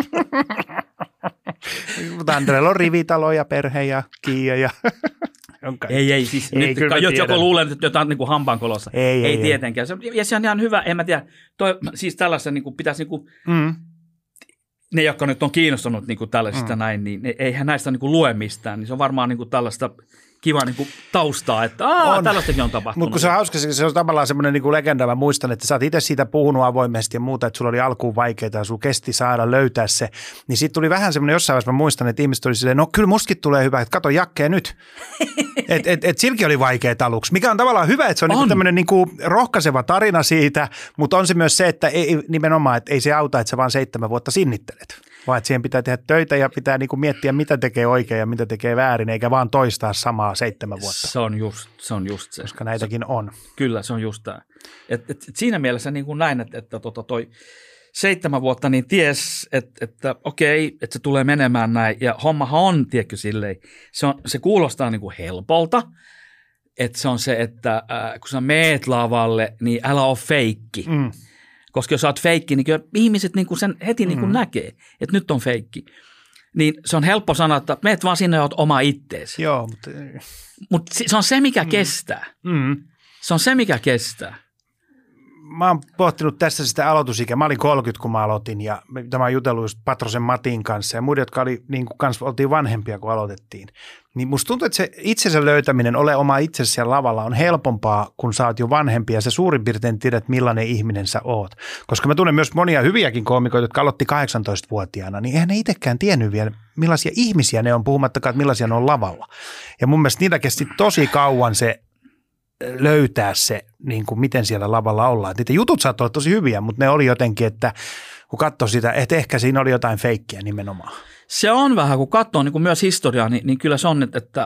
Mutta Andreella on rivitalo ja perhe ja Kiia ja... Ei, siis ei, nyt joko luulen, että jotain niin kuin hampaankolossa. Ei tietenkään. Ja se on ihan hyvä, en mä tiedä, siis tällaista niin kuin pitäisi, niin kuin, ne jotka nyt on kiinnostunut niin kuin tällaisista näin, niin eihän näistä niin kuin lue mistään, niin se on varmaan niin kuin tällaista kiva niin kuin taustaa, että tällaistakin on tapahtunut. Mutta kun se on hauska, se on tavallaan semmoinen niin kuin legenda, mä muistan, että sä oot itse siitä puhunut avoimesti ja muuta, että sulla oli alkuun vaikeaa ja sulla kesti saada löytää se, niin siitä tuli vähän semmoinen jossain vaiheessa, mä muistan, että ihmiset oli silleen, no kyllä mustakin tulee hyvä, että kato Jakkeen nyt. Et silläkin oli vaikeaa aluksi, mikä on tavallaan hyvä, että se on niinku tämmöinen niinku rohkaiseva tarina siitä, mutta on se myös se, että ei, nimenomaan, että ei se auta, että sä vaan 7 vuotta sinnittelet, vaan että siihen pitää tehdä töitä ja pitää niinku miettiä, mitä tekee oikein ja mitä tekee väärin, eikä vaan toistaa samaa 7 vuotta. Se on just se. Koska näitäkin on. Kyllä, se on just tämä. Et siinä mielessä niin kuin näin, että toi 7 vuotta, niin ties, että okei, että se tulee menemään näin. Ja hommahan on, tiedätkö, silleen, se kuulostaa niin kuin helpolta, että se on se, että kun sä meet lavalle, niin älä ole feikki. Koska jos sä oot feikki, niin kyllä ihmiset niin kuin sen heti niin kuin näkee, että nyt on feikki. Niin se on helppo sanoa, että meet vaan sinne ja oot oma itteesi. Joo, mutta... Mutta se on se, mikä kestää. Se on se, mikä kestää. Mä oon pohtinut tässä sitä aloitusikää. Mä olin 30, kun mä aloitin ja mä oon jutellut just Patrosen Matin kanssa ja muiden, jotka oli, niin kuin kanssa oltiin vanhempia, kun aloitettiin. Niin musta tuntuu, että se itsensä löytäminen, ole oma itsesi siellä lavalla on helpompaa, kun sä oot jo vanhempi ja sä suurin piirtein tiedät, millainen ihminen sä oot. Koska mä tunnen myös monia hyviäkin koomikoita, jotka aloitti 18-vuotiaana, niin eihän ne itsekään tiennyt vielä, millaisia ihmisiä ne on, puhumattakaan, että millaisia ne on lavalla. Ja mun mielestä niitä kesti tosi kauan se löytää se, niin kuin miten siellä lavalla ollaan. Niitä jutut saattoi olla tosi hyviä, mutta ne oli jotenkin, että kun katsoi sitä, että ehkä siinä oli jotain feikkiä nimenomaan. Se on vähän, kun katsoo niin kuin myös historiaa, niin kyllä se on, että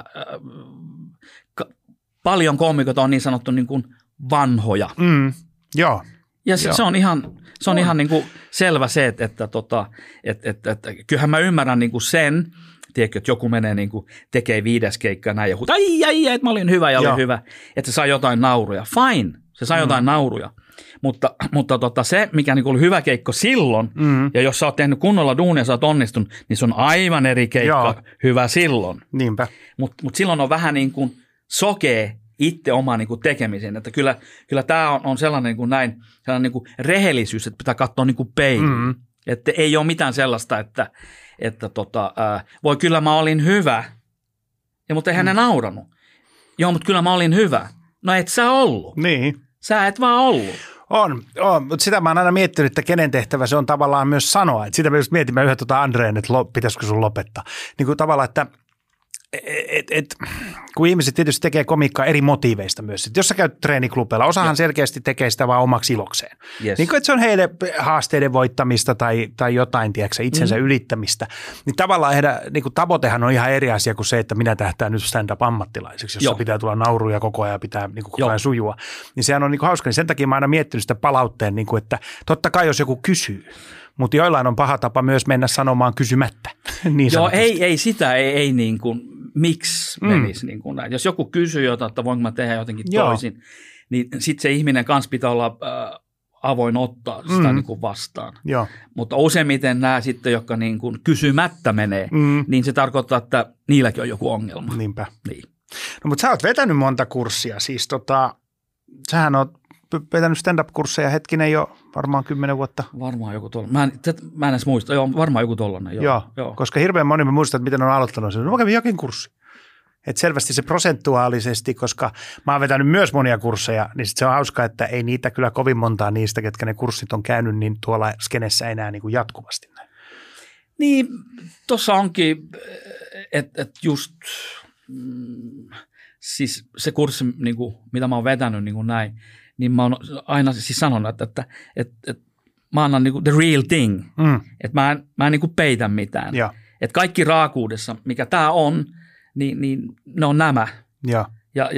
paljon koomikot on niin sanottu niin kuin vanhoja. Joo. Ja se on ihan niin kuin selvä se, että kyllähän mä ymmärrän niin kuin sen, tiedätkö, että joku menee niin kuin tekee 5. keikkaa näin ja huutaa, ai, että mä olin hyvä ja olin hyvä, että se saa jotain nauruja. Fine, se saa jotain nauruja. Mutta se, mikä niin oli hyvä keikko silloin, ja jos sä oot tehnyt kunnolla duunia ja sä oot onnistunut, niin se on aivan eri keikka hyvä silloin. Niinpä. Mutta silloin on vähän niin kuin sokee itse omaan niin kuin tekemisen. Että kyllä tämä on sellainen, niin kuin sellainen niin kuin rehellisyys, että pitää katsoa niin kuin peiliin. Että ei ole mitään sellaista, että voi kyllä mä olin hyvä, mutta eihän ne nauranut. Joo, mutta kyllä mä olin hyvä. No et sä ollut. Niin. Sä et vaan ollut. On, mutta sitä mä oon aina miettinyt, että kenen tehtävä se on tavallaan myös sanoa. Että sitä mä just mietin, mä yhden Andreen, että pitäisikö sun lopettaa. Niin kuin tavallaan, että kun ihmiset tietysti tekee komiikkaa eri motiiveista myös. Että jos sä käyt treeniklubeilla, osahan selkeästi tekee sitä vaan omaksi ilokseen. Yes. Niin kuin, että se on heille haasteiden voittamista tai jotain, tiedätkö, itsensä ylittämistä. Niin tavallaan heidän niin kuin tavoitehan on ihan eri asia kuin se, että minä tähtään nyt stand-up-ammattilaiseksi, jossa pitää tulla nauruja koko ajan ja pitää niin kuin koko ajan sujua. Niin sehän on niin kuin hauska. Niin sen takia mä oon aina miettinyt sitä palautteen, niin kuin, että totta kai jos joku kysyy, mutta joillain on paha tapa myös mennä sanomaan kysymättä. Niin joo, ei sitä, ei niin kuin, miksi menisi niin kuin näin. Jos joku kysyy jotain, että voinko mä tehdä jotenkin toisin, niin sitten se ihminen kanssa pitää olla avoin ottaa sitä niin kuin vastaan. Joo. Mutta useimmiten nämä sitten, jotka niin kuin kysymättä menee, niin se tarkoittaa, että niilläkin on joku ongelma. Niinpä. Niin. No mutta sä oot vetänyt monta kurssia, siis sähän oot vetänyt stand-up-kursseja hetkinen jo varmaan 10 vuotta. Varmaan joku tollainen. Mä en edes muista. Joo, varmaan joku tollainen. Joo. Koska hirveän moni muistaa, että miten on aloittanut sen. No mä kävin jokin kurssi. Että selvästi se prosentuaalisesti, koska mä oon vetänyt myös monia kursseja, niin sit se on hauska, että ei niitä kyllä kovin montaa niistä, ketkä ne kurssit on käynyt, niin tuolla skenessä enää niin kuin jatkuvasti. Niin, tuossa onkin, että just siis se kurssi, niin kuin, mitä mä oon vetänyt niin kuin näin, niin mä oon aina siis sanonut, että mä annan niin kuin the real thing, että mä en niin kuin peitä mitään. Että kaikki raakuudessa, mikä tää on, niin ne on nämä. Ja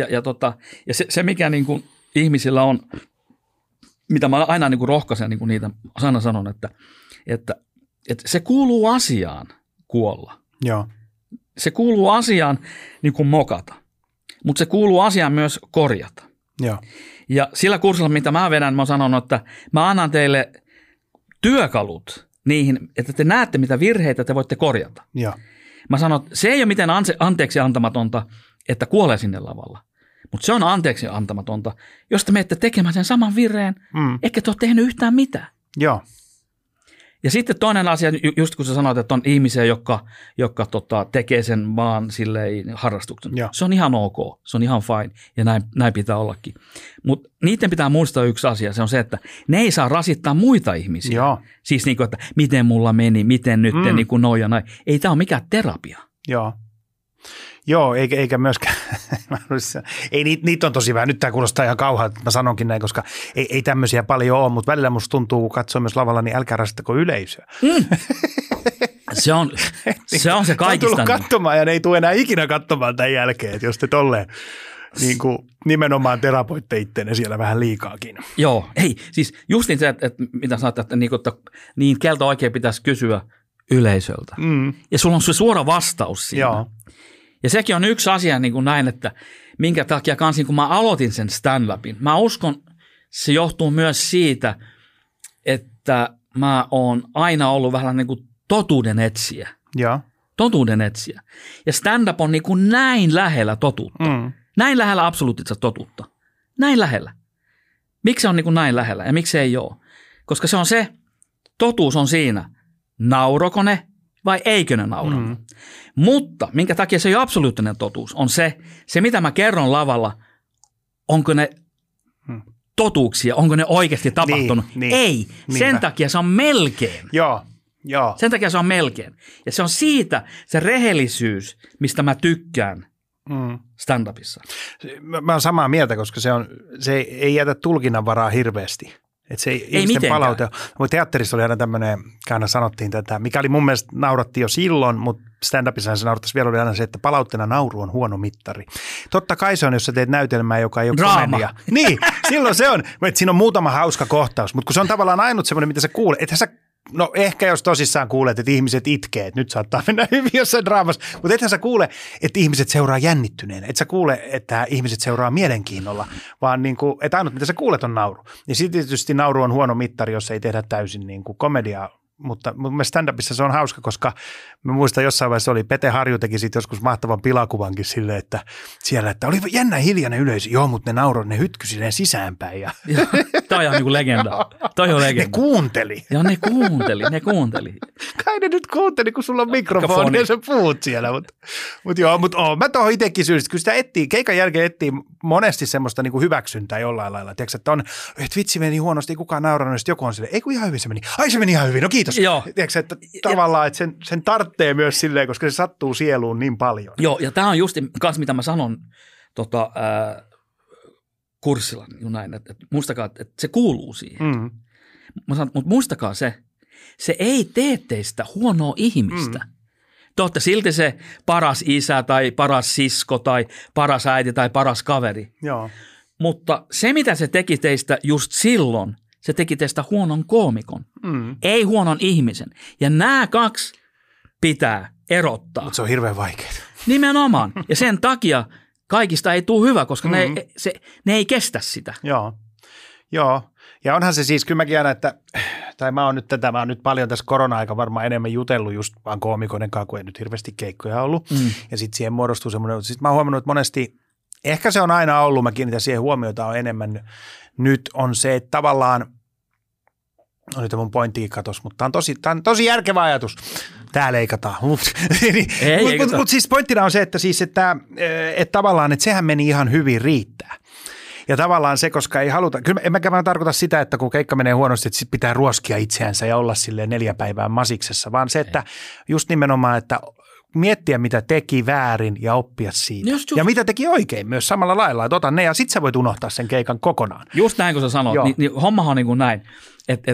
se mikä niin kuin ihmisillä on, mitä mä aina niin kuin rohkaisen niin kuin niitä, aina sanon, että se kuuluu asiaan kuolla. Joo. Se kuuluu asiaan niin kuin mokata, mutta se kuuluu asiaan myös korjata. Joo. Ja sillä kurssilla, mitä mä vedän, mä oon sanonut, että mä annan teille työkalut niihin, että te näette, mitä virheitä te voitte korjata. Joo. Mä sanon, että se ei ole mitään anteeksi antamatonta, että kuolee sinne lavalla. Mutta se on anteeksi antamatonta, jos te menette tekemään sen saman virheen, eikä te ole tehnyt yhtään mitään. Joo. Ja sitten toinen asia, just kun sä sanoit, että on ihmisiä, jotka tekee sen vaan silleen harrastuksen. Joo. Se on ihan ok, se on ihan fine ja näin pitää ollakin. Mutta niiden pitää muistaa yksi asia, se on se, että ne ei saa rasittaa muita ihmisiä. Joo. Siis niin kuin, että miten mulla meni, miten nyt, niin kuin noin ja näin. Ei tämä ole mikään terapia. Joo. Joo, eikä myöskään, ei niitä on tosi vähän, nyt tämä kuulostaa ihan kauhealta, että mä sanonkin näin, koska ei tämmöisiä paljon ole, mutta välillä musta tuntuu, kun katsoo myös lavalla, niin älkää rasittako yleisöä. Se on se kaikista. On tullut katsomaan ja ne ei tule enää ikinä katsomaan tämän jälkeen, että jos te tolleen niin kuin nimenomaan terapoitte itteenne siellä vähän liikaakin. Joo, ei, siis justin se, että mitä sä että niin keltä oikein pitäisi kysyä yleisöltä. Ja sulla on se suora vastaus siinä. Joo. Ja sekin on yksi asia niin kuin näin, että minkä takia kansin, kun mä aloitin sen stand-upin. Mä uskon, se johtuu myös siitä, että mä oon aina ollut vähän niin kuin totuuden etsiä. Ja. Totuuden etsiä. Ja stand-up on niin kuin näin lähellä totuutta. Näin lähellä absoluuttista totuutta. Näin lähellä. Miksi se on niin kuin näin lähellä ja miksi se ei ole? Koska se on se, totuus on siinä, nauroko ne vai eikö ne naura. Mutta minkä takia se ei ole absoluuttinen totuus, on se mitä mä kerron lavalla, onko ne totuuksia, onko ne oikeasti tapahtunut. Niin, ei, sen takia se on melkein. Joo. Sen takia se on melkein. Ja se on siitä se rehellisyys, mistä mä tykkään stand-upissa. Mä oon samaa mieltä, koska se ei jätä tulkinnanvaraa hirveästi. Että se ei ihmisten palaute. Teatterissa oli aina tämmöinen, aina sanottiin tätä, mikä oli mun mielestä nauratti jo silloin, mutta stand-upissa se naurattaisi vielä, oli aina se, että palautteena nauru on huono mittari. Totta kai se on, jos sä teet näytelmää, joka ei ole komedia. Niin, silloin se on. Että siinä on muutama hauska kohtaus, mutta kun se on tavallaan ainut semmoinen, mitä sä kuulet. Ethän sä, no ehkä jos tosissaan kuulet, että ihmiset itkee, että nyt saattaa mennä hyvin jossain draamassa, mutta ethän sä kuule, että ihmiset seuraa jännittyneenä. Et sä kuule, että ihmiset seuraa mielenkiinnolla, vaan niin kuin, että ainut mitä sä kuulet on nauru. Ja sitten tietysti nauru on huono mittari, jos ei tehdä täysin niin kuin komediaa. Mutta mun mielestä stand-upissa se on hauska, koska mä muistan jossain vaiheessa oli, Pete Harju teki siitä joskus mahtavan pilakuvankin silleen, että siellä, että oli jännä hiljainen yleisö. Joo, mutta ne nauroi, ne hytkysi silleen sisäänpäin. Ja. Toi on niin kuin legenda. Toi on legenda. Ne kuunteli. Ja ne kuunteli. Kai ne nyt kuunteli, kun sulla on mikrofoni ja sä puhut siellä. Mutta mä tohon itsekin syystä, kun sitä keikan jälkeen etsii monesti semmoista niin kuin hyväksyntää jollain lailla. Tiedätkö, että on, että vitsi meni huonosti, ei kukaan naurannut, ja sitten joku on silleen, ei kun ihan hyvin se meni. Ai se meni ihan hyvin, no kiitos. Joo. Tiedätkö, että tavallaan, että sen tarvitsee myös silleen, koska se sattuu sieluun niin paljon. Joo, ja tämä on just kans, mitä mä sanon kurssilla niin näin, että muistakaa, että se kuuluu siihen. Mm. Mutta muistakaa se ei tee teistä huonoa ihmistä. Te olette silti se paras isä tai paras sisko tai paras äiti tai paras kaveri. Joo. Mutta se, mitä se teki teistä just silloin, se teki teistä huonon koomikon, ei huonon ihmisen. Ja nämä kaksi pitää erottaa. Mutta se on hirveän vaikeaa. Nimenomaan. Ja sen takia kaikista ei tule hyvä, koska ne ei kestä sitä. Joo. Ja onhan se siis, kyllä mäkin aina, mä oon nyt paljon tässä korona-aika varmaan enemmän jutellut just vaan koomikoiden kanssa, kun ei nyt hirveästi keikkoja ollut. Ja sitten siihen muodostuu semmoinen, sitten mä oon huomannut, että monesti, ehkä se on aina ollut, mä kiinnitän siihen huomiota on enemmän nyt on se, että tavallaan, no nyt mun pointtikin katos, mutta tämä on tosi järkevä ajatus. Tää leikataan. Mutta siis pointtina on se, että tavallaan, että sehän meni ihan hyvin riittää. Ja tavallaan se, koska ei haluta, kyllä en mäkään tarkoita sitä, että kun keikka menee huonosti, että sit pitää ruoskia itseänsä ja olla silleen 4 päivää masiksessa, vaan se, että just nimenomaan, että miettiä, mitä teki väärin ja oppia siitä. Just. Ja mitä teki oikein myös samalla lailla, että ota ne ja sit sä voit unohtaa sen keikan kokonaan. Just näin, kun sä sanot, niin hommahan on niin kuin näin, että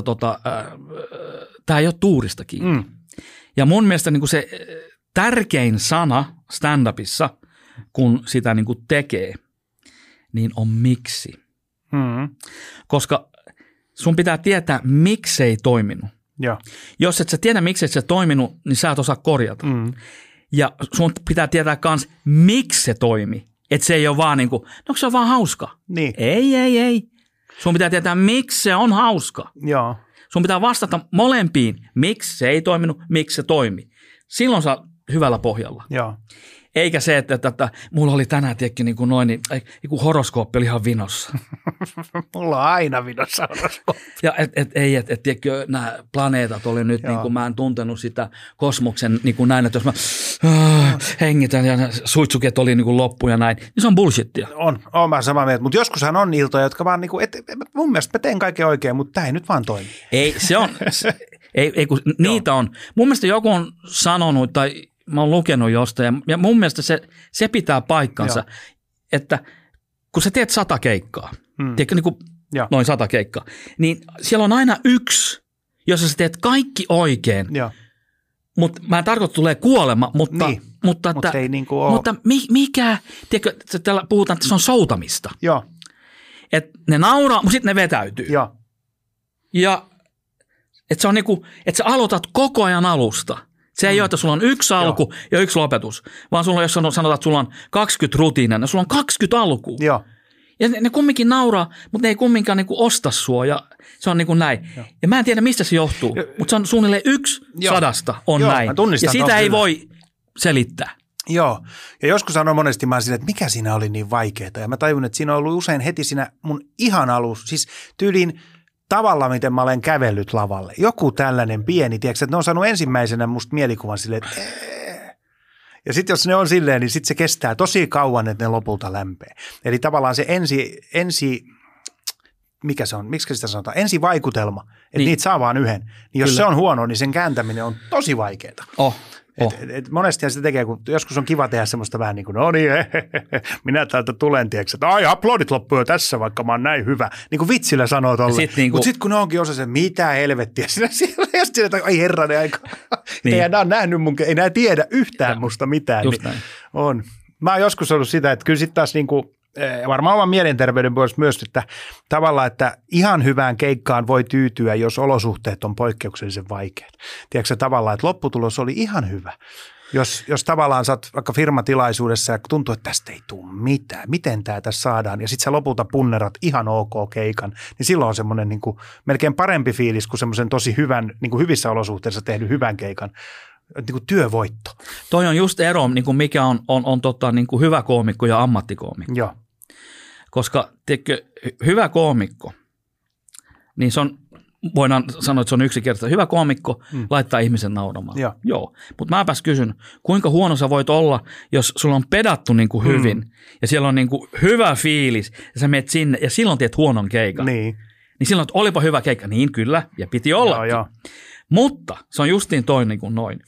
tämä ei ole tuurista kiinni. Ja mun mielestä niin kuin se tärkein sana stand-upissa, kun sitä niin kuin tekee, niin on miksi. Koska sun pitää tietää, miksi se ei toiminut. Ja. Jos et sä tiedä, miksi et se toiminut, niin sä et osaa korjata. Ja sun pitää tietää myös, miksi se toimi. Että se ei ole vaan niin kuin, no se on vaan hauska. Niin. Ei. Sun pitää tietää, miksi se on hauska. Joo. Sun pitää vastata molempiin, miksi se ei toiminut, miksi se toimi. Silloin sä oot hyvällä pohjalla. Joo. Eikä se, että mulla oli tänään niin kuin noin, niin horoskooppi oli ihan vinossa. Mulla on aina vinossa horoskooppi. Ja tiedätkö, nämä planeetat oli nyt, niin kuin mä en tuntenut sitä kosmoksen niin kuin näin, että jos mä hengitän ja suitsuket oli niin kuin loppu ja näin, niin se on bullshittia. On mä samaa mieltä, mutta joskushan on iltoja, jotka vaan niin kuin, mun mielestä mä teen kaiken oikein, mutta tämä ei nyt vaan toimi. Ei, se on, ei kun niitä on. Mun mielestä joku on sanonut tai mä oon lukenut jostain ja mun mielestä se pitää paikkansa, että kun sä teet 100 keikkaa, tiedätkö, niin kuin noin 100 keikkaa, niin siellä on aina yksi, jossa sä teet kaikki oikein, mutta mä en tarkoita, että tulee kuolema, mutta ei niin kuin ole. Mutta mikä, tiedätkö, täällä puhutaan, että se on soutamista. Joo. Että ne nauraa, mutta sitten ne vetäytyy. Joo. Ja että se on niin kuin, että sä aloitat koko ajan alusta. Se ei ole, että sulla on yksi alku ja yksi lopetus, vaan sulla on, jos sanotaan, että sulla on 20 rutiineja, niin sulla on 20 alkua. Joo. Ja ne kumminkin nauraa, mutta ne ei kumminkaan niin kuin osta sua ja se on niin kuin näin. Joo. Ja mä en tiedä, mistä se johtuu, mutta se on suunnilleen 1/100 on näin. Ja sitä ei voi selittää. Joo, ja joskus sanoin monesti mä silleen, että mikä siinä oli niin vaikeaa. Ja mä tajun, että siinä on ollut usein heti siinä mun ihan alussa, siis tyyliin tavalla, miten mä olen kävellyt lavalle. Joku tällainen pieni, tiedätkö, että ne on saanut ensimmäisenä musta mielikuvan silleen, että ja sitten jos ne on silleen, niin sitten se kestää tosi kauan, että ne lopulta lämpee. Eli tavallaan se mikä se on, miksi sitä sanotaan, ensivaikutelma, että niitä saa vaan yhden. Niin jos se on huono, niin sen kääntäminen on tosi vaikeaa. Monestihan sitä tekee, kun joskus on kiva tehdä semmoista vähän niin kuin, no niin, minä täältä tulen, tiedätkö, että ai, aplodit loppuu jo tässä, vaikka mä oon näin hyvä. Niin kuin vitsillä sanoo tolle. Mutta sitten kun ne onkin osa se, mitä helvettiä, sinä siellä, ja sitten että ai herranen aika. Niin. Ei nämä on nähnyt ei nämä tiedä yhtään musta mitään. Niin on. Mä oon joskus ollut sitä, että kyllä sitten taas niin kuin, varmaan oman mielenterveyden puolesta myös, että tavallaan, että ihan hyvään keikkaan voi tyytyä, jos olosuhteet on poikkeuksellisen vaikeat. Tiedätkö tavallaan, että lopputulos oli ihan hyvä. Jos tavallaan sä oot vaikka firmatilaisuudessa ja tuntuu, että tästä ei tule mitään, miten tämä tässä saadaan, ja sitten sä lopulta punnerat ihan ok keikan, niin silloin on semmoinen niin kuin melkein parempi fiilis kuin semmoisen tosi hyvän, niin kuin hyvissä olosuhteissa tehnyt hyvän keikan. Niin kuin työvoitto. Toi on just ero, niin kuin mikä on niin kuin hyvä koomikko ja ammattikoomikko. Joo. Koska hyvä koomikko, niin se on, voidaan sanoa, että se on yksinkertaisesti. Hyvä koomikko laittaa ihmisen nauramaan. Joo. Mutta mäpäs kysyn, kuinka huono sä voit olla, jos sulla on pedattu niin kuin hyvin ja siellä on niin kuin hyvä fiilis ja sä menet sinne ja silloin teet huonon keikan. Niin silloin, että olipa hyvä keikka. Niin kyllä, ja piti ollakin. Joo. Mutta se on justiin toinen niin kuin noin.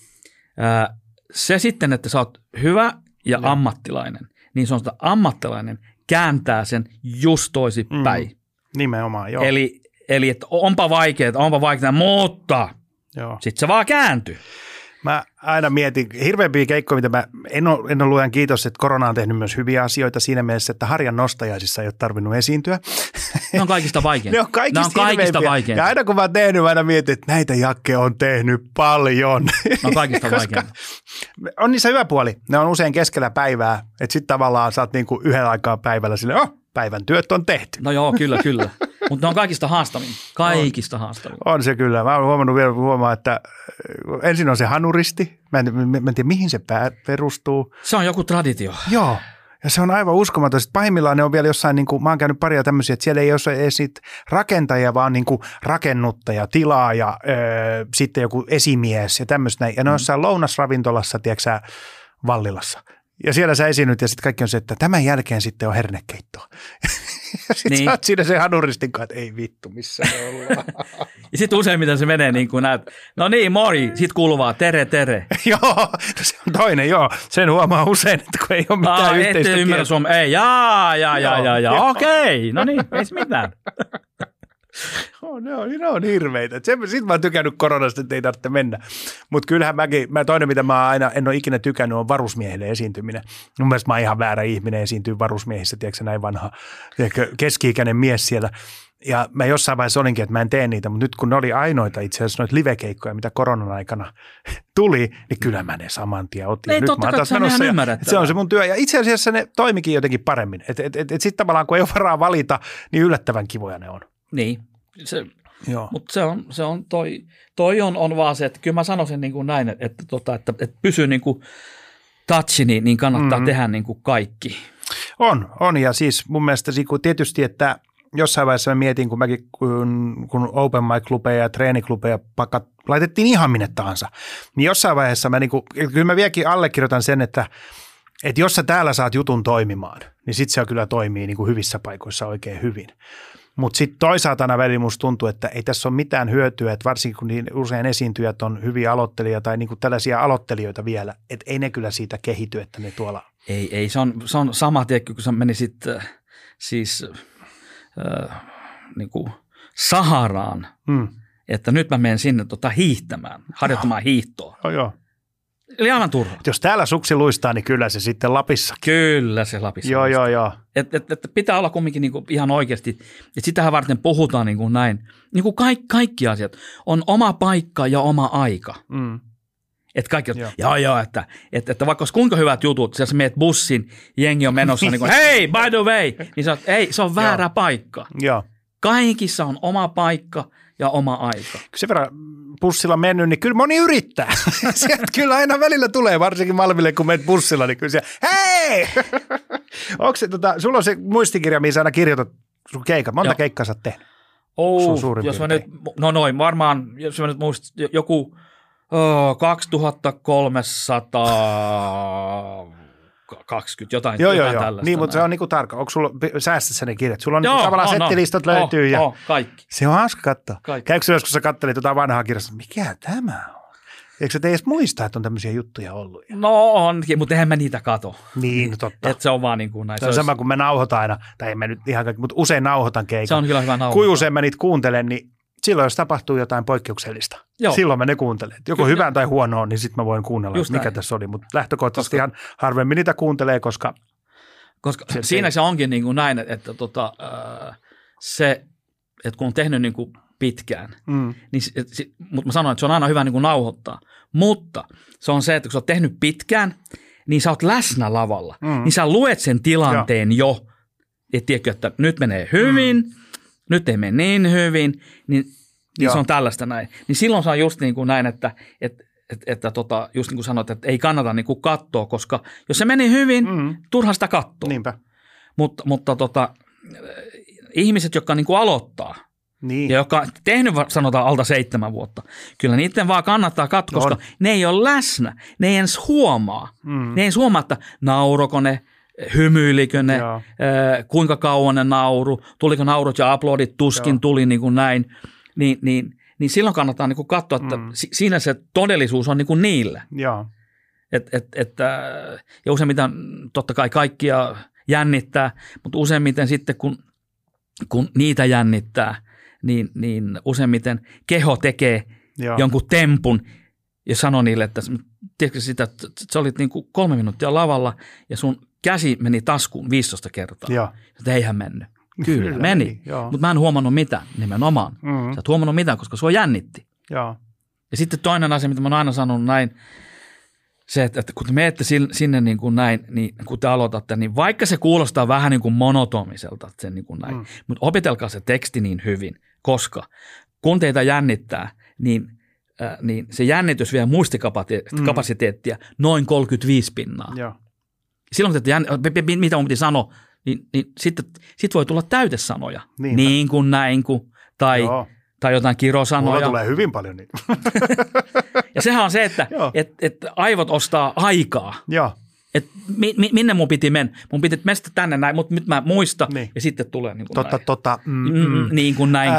Se sitten, että sä oot hyvä ja ammattilainen, niin se on sitä ammattilainen kääntää sen just toisinpäin. Nimenomaan, joo. Eli että onpa vaikeaa, mutta sitten se vaan kääntyy. Mä aina mietin, hirveämpiä keikkoja, mitä mä en ole luojan kiitos, että korona on tehnyt myös hyviä asioita siinä mielessä, että Harjan nostajaisissa ei ole tarvinnut esiintyä. Ne on kaikista vaikeinta. Ne on kaikista vaikeinta. Ja aina kun mä oon tehnyt, mä aina mietin, että näitä Jakke on tehnyt paljon. Ne on kaikista vaikeinta. On niissä hyvä puoli. Ne on usein keskellä päivää, että sitten tavallaan sä oot niinku yhden aikaa päivällä silleen, päivän työt on tehty. No joo, kyllä. Mutta ne on kaikista haastavin. Haastavin. On se kyllä. Mä oon huomannut että ensin on se hanuristi. Mä en tiedä, mihin se perustuu. Se on joku traditio. Joo. Ja se on aivan uskomaton. Sitten pahimmillaan ne on vielä jossain, niin kuin, mä oon käynyt paria tämmöisiä, että siellä ei ole edes rakentajia, vaan niin kuin rakennuttaja, tilaaja, sitten joku esimies ja tämmöistä näin. Ja ne on jossain lounasravintolassa, tiedätkö Vallilassa. Ja siellä sä esiinnyt ja sitten kaikki on se, että tämän jälkeen sitten on hernekeittoa. Ja sitten sä oot siinä se hanuristin kanssa, että ei vittu, missä me ollaan. Ja sitten useimmiten se menee niin kuin näet, no niin, mori, sitten kuuluu vaan tere. Joo, se on toinen, sen huomaa usein, että kun ei ole mitään yhteistä kieltä. Ette ymmärrä suomea, ei, okei, no niin, ei se mitään. Ne on hirveitä. Sitten mä oon tykännyt koronasta, että ei tarvitse mennä. Mutta kyllähän toinen, mitä mä aina en ole ikinä tykännyt, on varusmiehille esiintyminen. Mun mielestä mä oon ihan väärä ihminen esiintyy varusmiehissä, tiedätkö näin vanha keski-ikäinen mies siellä. Ja mä jossain vaiheessa olinkin, että mä en tee niitä, mutta nyt kun ne oli ainoita itse asiassa noita livekeikkoja, mitä koronan aikana tuli, niin kyllä mä ne saman tien otin. Ei, totta kai, se on se mun työ. Ja itse asiassa ne toimikin jotenkin paremmin. Sitten tavallaan, kun ei ole varaa valita, niin yllättävän kivoja ne on. Niin, mutta se on toi on vaan se, että kyllä mä sanoisin niin kuin näin, että pysyy niin kuin touchi, niin kannattaa tehdä niin kuin kaikki. On ja siis mun mielestä tietysti, että jossain vaiheessa mä mietin, kun mäkin kun open mic-klubeja ja treeniklubeja laitettiin ihan minne tahansa, niin jossain vaiheessa kyllä mä vieläkin allekirjoitan sen, että jos sä täällä saat jutun toimimaan, niin sit se kyllä toimii niin kuin hyvissä paikoissa oikein hyvin. Mutta sitten toisaalta aina välillä musta tuntuu, että ei tässä ole mitään hyötyä, että varsinkin kun niin usein esiintyjät on hyviä aloittelijoita tai niinku tällaisia aloittelijoita vielä, että ei ne kyllä siitä kehity, että ne tuolla. Ei se on sama, tiedätkö, kun sä menisit niinku Saharaan, että nyt mä menen sinne hiihtämään, harjoittamaan hiihtoa. Joo. Eli aivan turha. Jos täällä suksi luistaa, niin kyllä se sitten Lapissakin. Kyllä se Lapissa. Joo. Että pitää olla kumminkin niinku ihan oikeasti, että sitähän varten puhutaan niinku näin. Niinku kaikki asiat on oma paikka ja oma aika. Että kaikki on, että vaikka olisi kuinka hyvät jutut, jos meet bussin, jengi on menossa niin kuin, hei, by the way, niin sä oot, ei, se on väärä paikka. Joo. Kaikissa on oma paikka ja oma aika. Sen verran bussilla mennyt, niin kyllä moni yrittää. Sieltä kyllä aina välillä tulee, varsinkin Malmille, kun menet bussilla, niin kyllä siellä, hei! Onko se, sulla on se muistikirja, missä aina kirjoitat sun keikat. Monta keikkaa sä oot tehnyt? Jos mä nyt, varmaan, jos mä nyt muistin, joku 2320, jotain tällaista. Niin, mutta se on niinku tarkka. Onko sulla säästössä ne kirjat? Sulla on tavallaan settilistat löytyy. Kaikki. Se on hauska katsoa. Käykö joskus sä kattelit jotain vanhaa kirjasta? Mikä tämä on? Eikö sä edes muista, että on tämmöisiä juttuja ollut? No onkin, mutta eihän mä niitä kato. Niin, totta. Että se on vaan niin kuin näin. Se on sama kuin mä nauhoitan aina, tai en mä nyt ihan kaikki, mutta usein nauhoitan keikan. Se on kyllä hyvä nauhoittaa. Kuin usein mä niitä kuuntelen, niin silloin jos tapahtuu jotain poikkeuksellista, silloin mä ne kuuntelen. Joko hyvää tai huonoa, niin sitten mä voin kuunnella, mikä tässä oli. Mutta lähtökohtaisesti ihan harvemmin niitä kuuntelee, koska siinä se onkin niin kuin näin, että se, että kun on tehnyt niin kuin pitkään, niin mutta mä sanoin, että se on aina hyvä niin kuin nauhoittaa. Mutta se on se, että kun sä oot tehnyt pitkään, niin sä oot läsnä lavalla. Niin sä luet sen tilanteen jo, että tiedätkö, että nyt menee hyvin, nyt ei mene niin hyvin, niin se on tällaista näin. Niin silloin se on just niin kuin näin, että just niin kuin sanoit, että ei kannata niin kuin katsoa, koska jos se meni hyvin, turha sitä katsoa. Niinpä. Mutta ihmiset, jotka niin kuin aloittaa, ja jotka on tehnyt sanotaan alta 7 vuotta, kyllä niiden vaan kannattaa katsoa, koska ne ei ole läsnä, ne ei edes huomaa. Ne ei edes huomaa, että nauroko ne, hymyilikö ne, kuinka kauan ne nauru, tuliko naurut ja aplodit, tuskin tuli niin kuin näin, niin silloin kannattaa niin kuin katsoa, että siinä se todellisuus on niin kuin niillä. Ja useimmiten totta kai kaikkia jännittää, mutta useimmiten sitten kun niitä jännittää, niin useimmiten keho tekee jonkun tempun ja sanoo niille, että tiedätkö sitä, että sä olit niin kuin 3 minuuttia lavalla ja sun käsi meni taskuun 15 kertaa. Että eihän mennyt. Kyllä meni, mutta mä en huomannut mitään nimenomaan. Sä et huomannut mitään, koska sua jännitti. Ja sitten toinen asia, mitä mä oon aina sanonut näin, se, että kun te menette sinne niin kuin näin, niin kun te aloitatte, niin vaikka se kuulostaa vähän niin kuin monotoniselta, sen niin kuin näin, mutta opitelkaa se teksti niin hyvin, koska kun teitä jännittää, niin se jännitys vie muistikapasiteettia noin 35%. Silloin, mitä mun piti sanoa, niin sitten voi tulla täytesanoja, niin kuin näin kuin, tai jotain kirosanoja. Mulla tulee hyvin paljon niitä. Ja sehän on se, että aivot ostaa aikaa. Että minne mun piti mennä? Mun piti mennä tänne näin, mutta nyt mä muistan ja sitten tulee niin kuin näin. Niin kuin näin.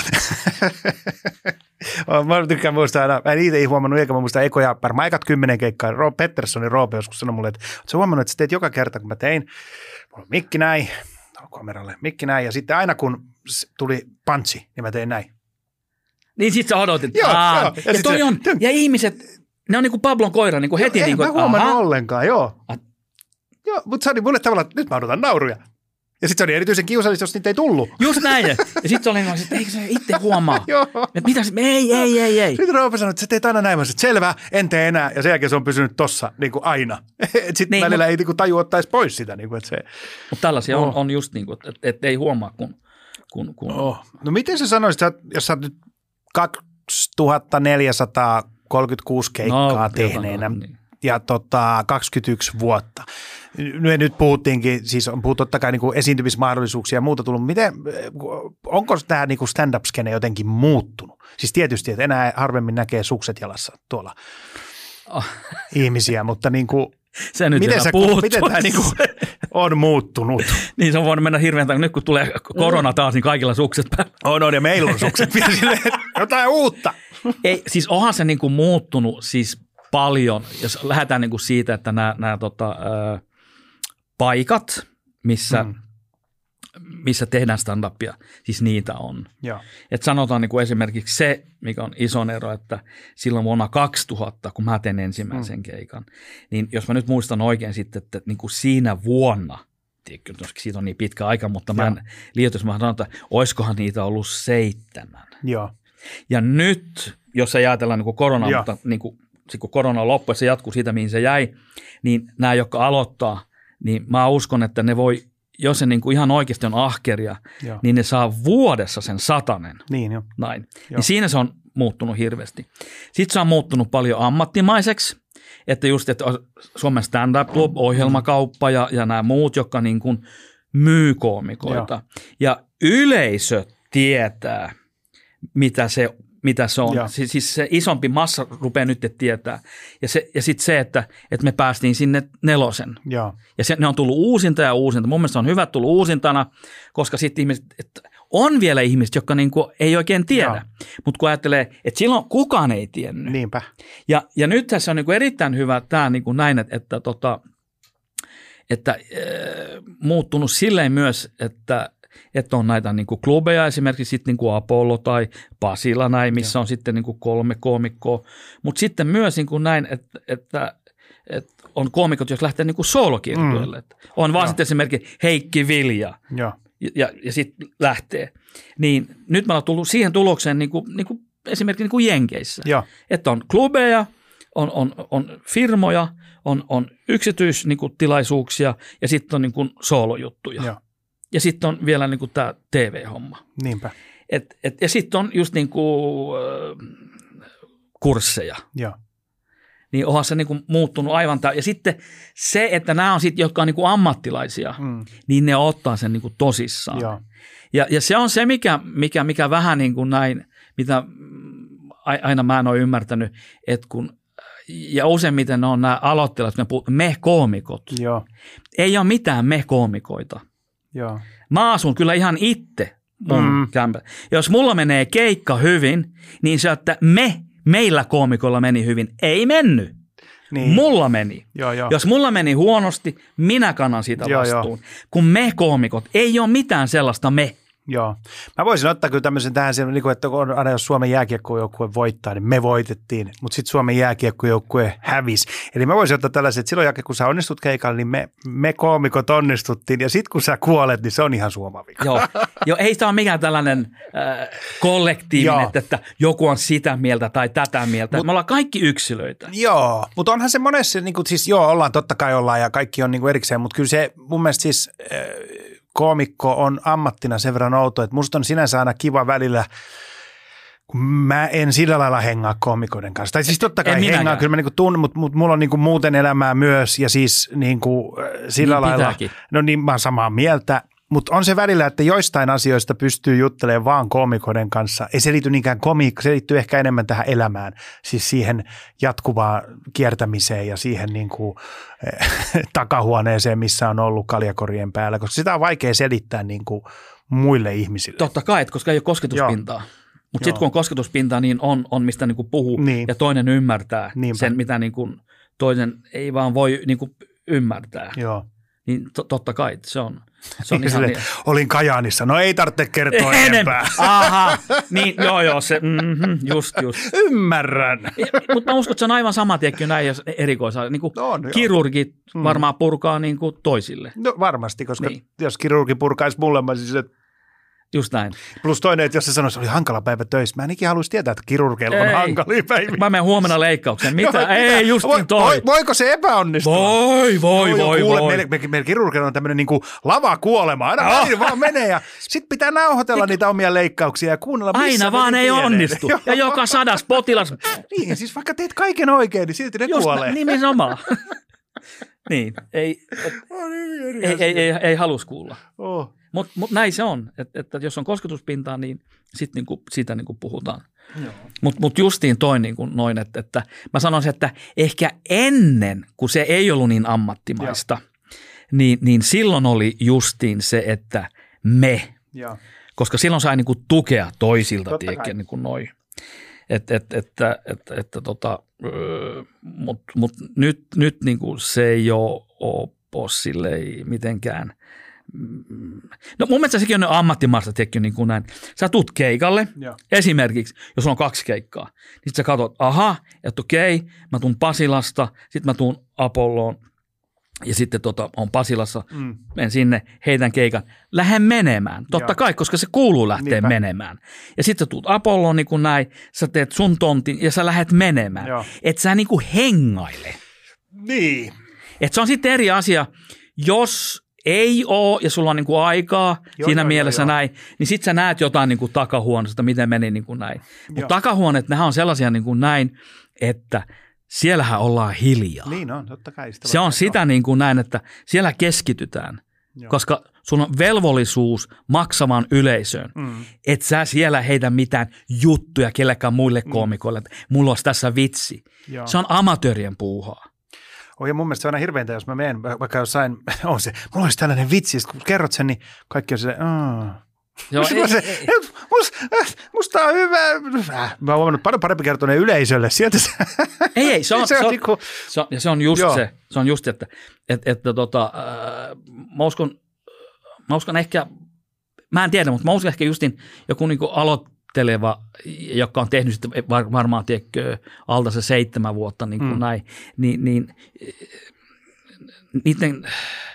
Mä tykkään muistaa aina, mä en itse ei huomannut, eikä mä muistan ekoja, varmaan ekat 10 keikkaa. Petterssonin Roope joskus sanoi mulle, että ootko sä huomannut, että sä teet joka kerta, kun mä tein, mikki näin, kameralle, mikki näin, ja sitten aina kun tuli punchi, niin mä tein näin. Niin sit sä odotit. Ja toi on, ja ihmiset, ne on niin kuin Pablon koira, niin kuin heti. En niin kuin, mä huomannut ollenkaan, Joo, mutta se oli mulle tavallaan, että nyt mä odotan nauruja. Ja sitten se oli erityisen kiusallista, jos niitä ei tullut. Just näin. Ja sitten se oli niin, että eikö se itse huomaa? Että mitä se, ei. Sitten Roope sanoi, että sä teet aina näin. Mä sanoin, että selvä, en tee enää. Ja sen jälkeen se on pysynyt tossa niin kuin aina. Sitten niin, välillä ei niin kuin taju ottaisi pois sitä. Niin kuin, että se... Mutta tällaisia on just niin kuin, että ei huomaa, kun... No miten sä sanoisit, jos sä oot nyt 2436 keikkaa tehneenä ja 21 vuotta. Nyt puhuttiinkin, siis on puhuttu totta kai niin kuin esiintymismahdollisuuksia ja muuta tullut. Onko tämä niin kuin stand-up-skene jotenkin muuttunut? Siis tietysti, että enää harvemmin näkee sukset jalassa tuolla ihmisiä, mutta niin kuin, miten tämä niin kuin on muuttunut? Niin se on voinut mennä hirveän, nyt kun tulee korona taas, niin kaikilla sukset päällä. On ja meillä on sukset vielä jotain uutta. Ei, siis onhan se niin kuin muuttunut siis paljon, jos lähdetään niin kuin siitä, että nämä paikat, missä tehdään stand-upia, siis niitä on. Että sanotaan niin kuin esimerkiksi se, mikä on ison ero, että silloin vuonna 2000, kun mä tein ensimmäisen keikan, niin jos mä nyt muistan oikein sitten, että niin kuin siinä vuonna, siitä on niin pitkä aika, mutta mä en liioitus, mä sanon, että olisikohan niitä ollut 7. Ja nyt, jos ajatellaan niin kuin koronaa, mutta niin kuin, kun korona on loppu ja se jatkuu siitä, mihin se jäi, niin nämä, jotka aloittaa, niin mä uskon, että ne voi, jos se niin kuin ihan oikeasti on ahkeria, niin ne saa vuodessa sen 100. Niin jo. Näin. Niin siinä se on muuttunut hirveästi. Sitten se on muuttunut paljon ammattimaiseksi, että just, että Suomen stand-up club, ohjelmakauppa ja nämä muut, jotka niin kuin myy koomikoita. Ja yleisö tietää, mitä se on. Siis se isompi massa rupeaa nyt tietää. Ja sitten se, että me päästiin sinne 4. Ja ne on tullut uusinta ja uusinta. Mun mielestä on hyvä tullut uusintana, koska sitten ihmiset, että on vielä ihmiset, jotka niin kuin ei oikein tiedä. Mutta kun ajattelee, että silloin kukaan ei tiennyt. Niinpä. Ja nyt tässä on niin kuin erittäin hyvä tämä niin kuin näin, että muuttunut silleen myös, että on näitä niin kuin klubeja, esimerkiksi sitten niin kuin Apollo tai Pasila näin, missä on sitten niin kuin 3 koomikkoa. Mutta sitten myös niin kuin näin, että on koomikot, jos lähtee niin kuin soolokiertueelle. On vaan sitten esimerkiksi Heikki Vilja ja sitten lähtee. Niin nyt mä oon tullut siihen tulokseen niin kuin esimerkiksi niin kuin Jenkeissä. Että on klubeja, on firmoja, on yksityistilaisuuksia ja sitten on niin kuin soolojuttuja. Ja sitten on vielä niin kuin tämä TV-homma. Niinpä. Ja sitten on just niin kuin kursseja. Niin onhan se niin kuin muuttunut aivan. Ja sitten se, että nämä on sitten, jotka on niin kuin ammattilaisia, niin ne ottaa sen niin kuin tosissaan. Ja se on se, mikä vähän niin kuin näin, mitä aina mä en ole ymmärtänyt, että kun ja useimmiten ne on nämä aloittelaiset, me koomikot. Ei ole mitään me koomikoita. Mä asun kyllä ihan itse mun kämpä. Jos mulla menee keikka hyvin, niin se, että meillä koomikolla meni hyvin, ei mennyt. Niin. Mulla meni. Jos mulla meni huonosti, minä kannan siitä vastuun. Kun me koomikot, ei ole mitään sellaista me. Mä voisin ottaa kyllä tämmöisen tähän, että aina jos Suomen jääkiekkojoukkue voittaa, niin me voitettiin, mutta sitten Suomen jääkiekkojoukkue hävisi. Eli mä voisin ottaa tällaisen, että silloin kun sä onnistut keikalla, niin me koomikot onnistuttiin ja sitten kun sä kuolet, niin se on ihan Suomen vika. Joo, ei sitä ole mikään tällainen kollektiivinen, että joku on sitä mieltä tai tätä mieltä. Me ollaan kaikki yksilöitä. Joo, mutta onhan se monessa, niin kuin, siis ollaan, totta kai ollaan ja kaikki on niin kuin erikseen, mutta kyllä se mun mielestä siis koomikko on ammattina sen verran outo, että musta on sinänsä aina kiva välillä, kun mä en sillä lailla hengaa koomikoiden kanssa. Tai siis totta kai hengaa, kyllä mä niinku tunnen, mutta mulla on niinku muuten elämää myös ja siis niinku sillä lailla. Pitääkin. No niin, mä oon samaa mieltä. Mutta on se välillä, että joistain asioista pystyy juttelemaan vaan koomikoiden kanssa. Ei se liity niinkään komiikkaan, se liittyy ehkä enemmän tähän elämään. Siis siihen jatkuvaan kiertämiseen ja siihen niinku, takahuoneeseen, missä on ollut kaljakorien päällä. Koska sitä on vaikea selittää niinku muille ihmisille. Totta kai, koska ei ole kosketuspintaa. Mutta sitten kun on kosketuspintaa, niin on mistä niinku puhuu ja toinen ymmärtää sen, mitä niinku toinen ei vaan voi niinku ymmärtää. Niin totta kai se on ihan niin. Olin Kajaanissa, no ei tarvitse kertoa enempää. Aha, niin joo, se, just. Ymmärrän. Mutta mä uskon, että se on aivan sama, tiedätkö, näin erikoisa. Niin kirurgit varmaan purkaa niin kuin toisille. No varmasti, koska jos kirurgi purkaisi mulle, mä siis, että just näin. Plus toinen, että jos se sanoisi, oli hankala päivä töissä. Mä en ikinä haluaisi tietää, että kirurgeilla on hankalia päiviä. Mä menen huomenna leikkaukseen. Mitä? Ei, justiin toi. Voiko se epäonnistua? Voi. Meillä kirurgeilla on tämmöinen niin kuin lavakuolema. Aina vaan menee ja sit pitää nauhoitella niitä omia leikkauksia ja kuunnella, missä aina vaan ei onnistu. Ja joka 100 potilas. Niin, siis vaikka teet kaiken oikein, niin silti ne kuolee. Nimenomaan. Niin, ei halus kuulla. Mutta näin se on, että jos on kosketuspintaa, niin sitten niinku, siitä niinku puhutaan. Mutta justiin toi niinku noin, että mä sanoisin, että ehkä ennen, kun se ei ollut niin ammattimaista, niin silloin oli justiin se, että me. Koska silloin sai niinku tukea toisilta, tiedätkö, niinku noin. Mutta nyt niinku se ei ole silleen mitenkään. No mun mielestä sekin on ammattimaista, tiedätkö, niin kuin näin. Sä tuut keikalle, esimerkiksi, jos sulla on 2 keikkaa, niin sit sä katsot, että okei, mä tuun Pasilasta, sit mä tuun Apolloon, ja sitten on Pasilassa, menen sinne, heitän keikan, lähden menemään. Totta kai, koska se kuuluu lähteä menemään. Ja sitten sä tuut Apolloon niin kuin näin, sä teet sun tontin ja sä lähdet menemään. Et sä niin kuin hengaile. Niin. Et se on sitten eri asia, jos ei ole ja sulla on niin kuin aikaa siinä mielessä näin, niin sit sä näet jotain niin kuin takahuoneesta, miten meni niin kuin näin. Mutta takahuoneet, nehän on sellaisia niin kuin näin, että siellähän ollaan hiljaa. Niin on, totta kai. Se on sitä niin kuin näin, että siellä keskitytään, koska sun on velvollisuus maksamaan yleisöön, et sä siellä heitä mitään juttuja kellekään muille koomikoille, että mulla olisi tässä vitsi. Se on amatöörien puuhaa. Ja mun mielestä se on aina hirveintä, jos mä menen, vaikka jossain, mulla olisi tällainen vitsi, kun kerrot sen, niin kaikki on silleen, Musta on hyvä. Mä oon huomannut paljon parempi kertoneen yleisölle. Sieltä se on just se. Se on just, että mä uskon ehkä, mä en tiedä, mutta mä uskon ehkä justin joku niinku aloitteleva, joka on tehnyt sitten varmaan alta se 7 vuotta niin kuin näin, niin niiden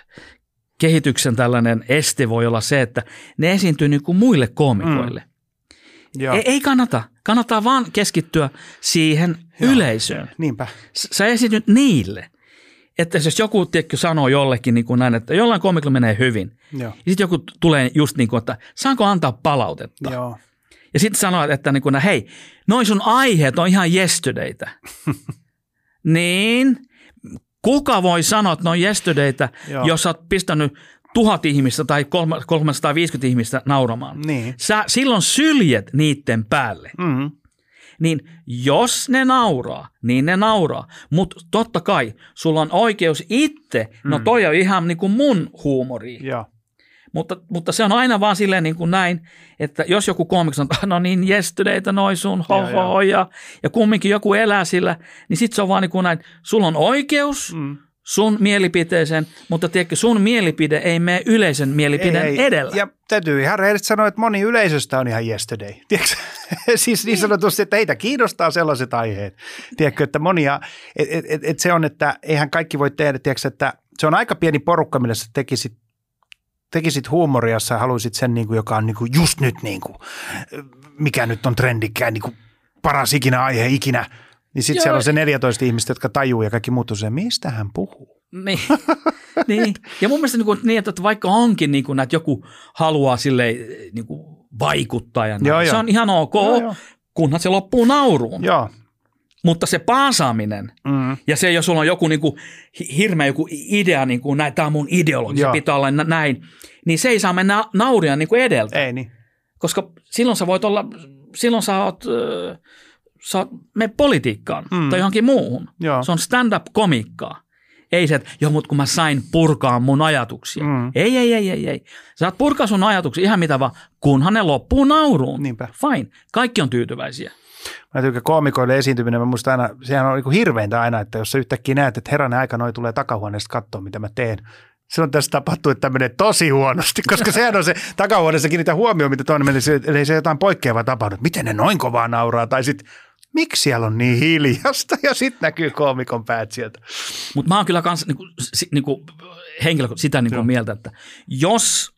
kehityksen tällainen este voi olla se, että ne esiintyy niin kuin muille koomikoille. Ei kannata vaan keskittyä siihen yleisöön. Niinpä. Sä esiintyt niille. Että jos joku sanoo jollekin niin kuin näin, että jollain koomikolla menee hyvin, ja sitten joku tulee just niin kuin, että saanko antaa palautetta? Joo. Ja sitten sanoo, että niin kuin, hei, noi sun aiheet on ihan yesterdaytä. Niin, kuka voi sanoa, että ne on yesterdaytä, jos sä oot pistänyt 1000 ihmistä tai 350 ihmistä nauramaan. Niin. Sä silloin syljet niiden päälle. Mm-hmm. Niin jos ne nauraa, niin ne nauraa. Mutta totta kai sulla on oikeus itse, no toi on ihan niin kuin mun huumori. Joo. Mutta se on aina vaan silleen niin kuin näin, että jos joku koomikko sanoo, no niin yesterdaytä noi sun ja kumminkin joku elää sillä, niin sit se on vaan niin kuin näin, sulla on oikeus sun mielipiteeseen, mutta tiedätkö, sun mielipide ei mene yleisön mielipideen edellä. Ja täytyy ihan rehellisesti sanoa, että moni yleisöstä on ihan yesterday. Tiedätkö? Siis niin sanotusti, että heitä kiinnostaa sellaiset aiheet. Tiedätkö, että monia, että se on, että eihän kaikki voi tehdä, tiedätkö, että se on aika pieni porukka, millä sä tekisit huumoria, jos sä haluaisit sen, niin kuin, joka on niin kuin just nyt, niin kuin, mikä nyt on trendikään, niin kuin paras ikinä aihe ikinä. Niin sitten siellä on se 14 ihmistä, jotka tajuu ja kaikki muut on se, mistä hän puhuu. Niin. Ja mun mielestä niin, että vaikka onkin niin kuin, että joku haluaa silleen niin kuin vaikuttaa ja se on ihan ok, kunhan se loppuu nauruun. Joo. Mutta se paasaaminen ja se, jos sulla on joku niin kuin, hirveä joku idea, niin kuin, tämä on mun ideologia, se pitää olla näin, niin se ei saa mennä nauria niin kuin edeltä. Ei niin. Koska silloin sä voit olla, silloin sä oot mene politiikkaan tai johonkin muuhun. Joo. Se on stand-up-komiikkaa. Ei se, että mutta kun mä sain purkaa mun ajatuksia. Ei. Sä saat purkaa sun ajatuksia ihan mitä vaan, kunhan ne loppuu nauruun. Niinpä. Fine. Kaikki on tyytyväisiä. Mä tykkään koomikoille esiintyminen. Mä muistan aina, sehän on niin hirveintä aina, että jos sä yhtäkkiä näet, että herranen aika noi tulee takahuoneesta katsoa, mitä mä teen. Silloin tässä tapahtuu, että tämä menee tosi huonosti, koska sehän on se takahuoneessa kiinnitä huomioon, mitä toinen menee, eli se jotain poikkeavaa tapahtunut. Miten ne noin kovaa nauraa? Tai sitten, miksi siellä on niin hiljasta? Ja sitten näkyy koomikon päät sieltä. Mutta mä oon kyllä kans niinku henkilökohtaisesti sitä niinku mieltä, että jos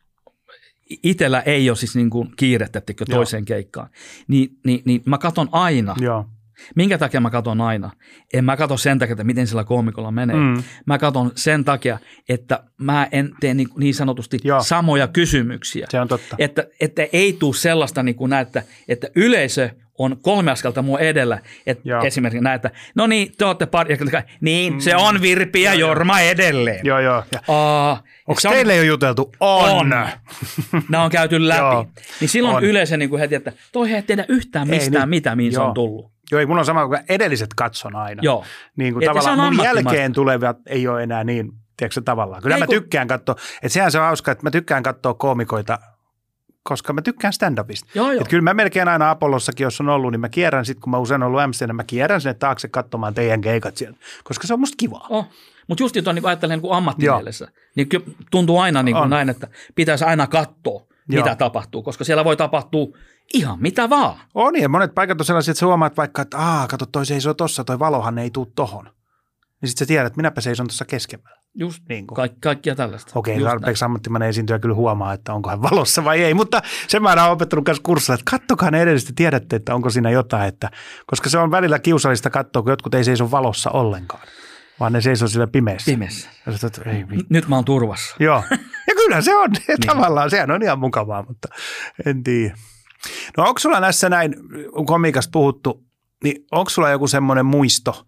itsellä ei ole siis niinku kiirettä toiseen keikkaan, niin mä katon aina. Joo. Minkä takia mä katon aina? En mä katso sen takia, että miten sillä koomikolla menee. Mä katon sen takia, että mä en tee niin sanotusti samoja kysymyksiä. Se on totta. Että ei tule sellaista niin kuin näitä, että yleisö on 3 askelta mua edellä. Esimerkiksi näitä, no niin, te olette pari, niin se on Virpi ja Jorma edelleen. Joo. Onko teille jo juteltu? On. Nämä on käyty läpi. Niin silloin yleisö niin kuin heti, että toi ei tiedä yhtään mistään, mihin se on tullut. Joo, ei, mulla on sama kuin edelliset katson aina. Joo. Niin kuin tavallaan mun jälkeen tulevat ei ole enää niin, tiedätkö tavallaan. Kyllä mä tykkään katsoa, että sehän se on hauska, että mä tykkään katsoa koomikoita, koska mä tykkään stand-upista. Että kyllä mä melkein aina Apollossakin, jos on ollut, niin mä kierrän sitten, kun mä usein ollut MC:nä, mä kierrän sinne taakse katsomaan teidän keikat sieltä, koska se on musta kivaa. Mutta just niin ajattelen niin ammattimielessä, niin tuntuu aina niin kuin näin, että pitäisi aina katsoa, mitä tapahtuu, koska siellä voi tapahtua ihan mitä vaan. On ja monet paikat on sellaisia, että sä huomaat vaikka, että kato toi seisoo tossa, toi valohan ei tuu tohon. Niin sit sä tiedät, että minäpä seison tuossa keskemmällä. Just niin kaikkia tällaista. Okei, tarpeeksi ammattimainen esiintyjä kyllä huomaa, että onko hän valossa vai ei, mutta sen mä oon opettanut myös kurssilla, että kattokaa ne edellisesti, tiedätte, että onko siinä jotain, että, koska se on välillä kiusallista katsoa, kun jotkut ei seiso valossa ollenkaan, vaan ne seisoo siellä pimeässä. Nyt mä oon turvassa. Joo, ja kyllä se on, tavallaan sehän on ihan mukavaa, mutta en tiedä. No onko sulla näissä näin, kun komiikasta puhuttu, niin onko sulla joku semmoinen muisto,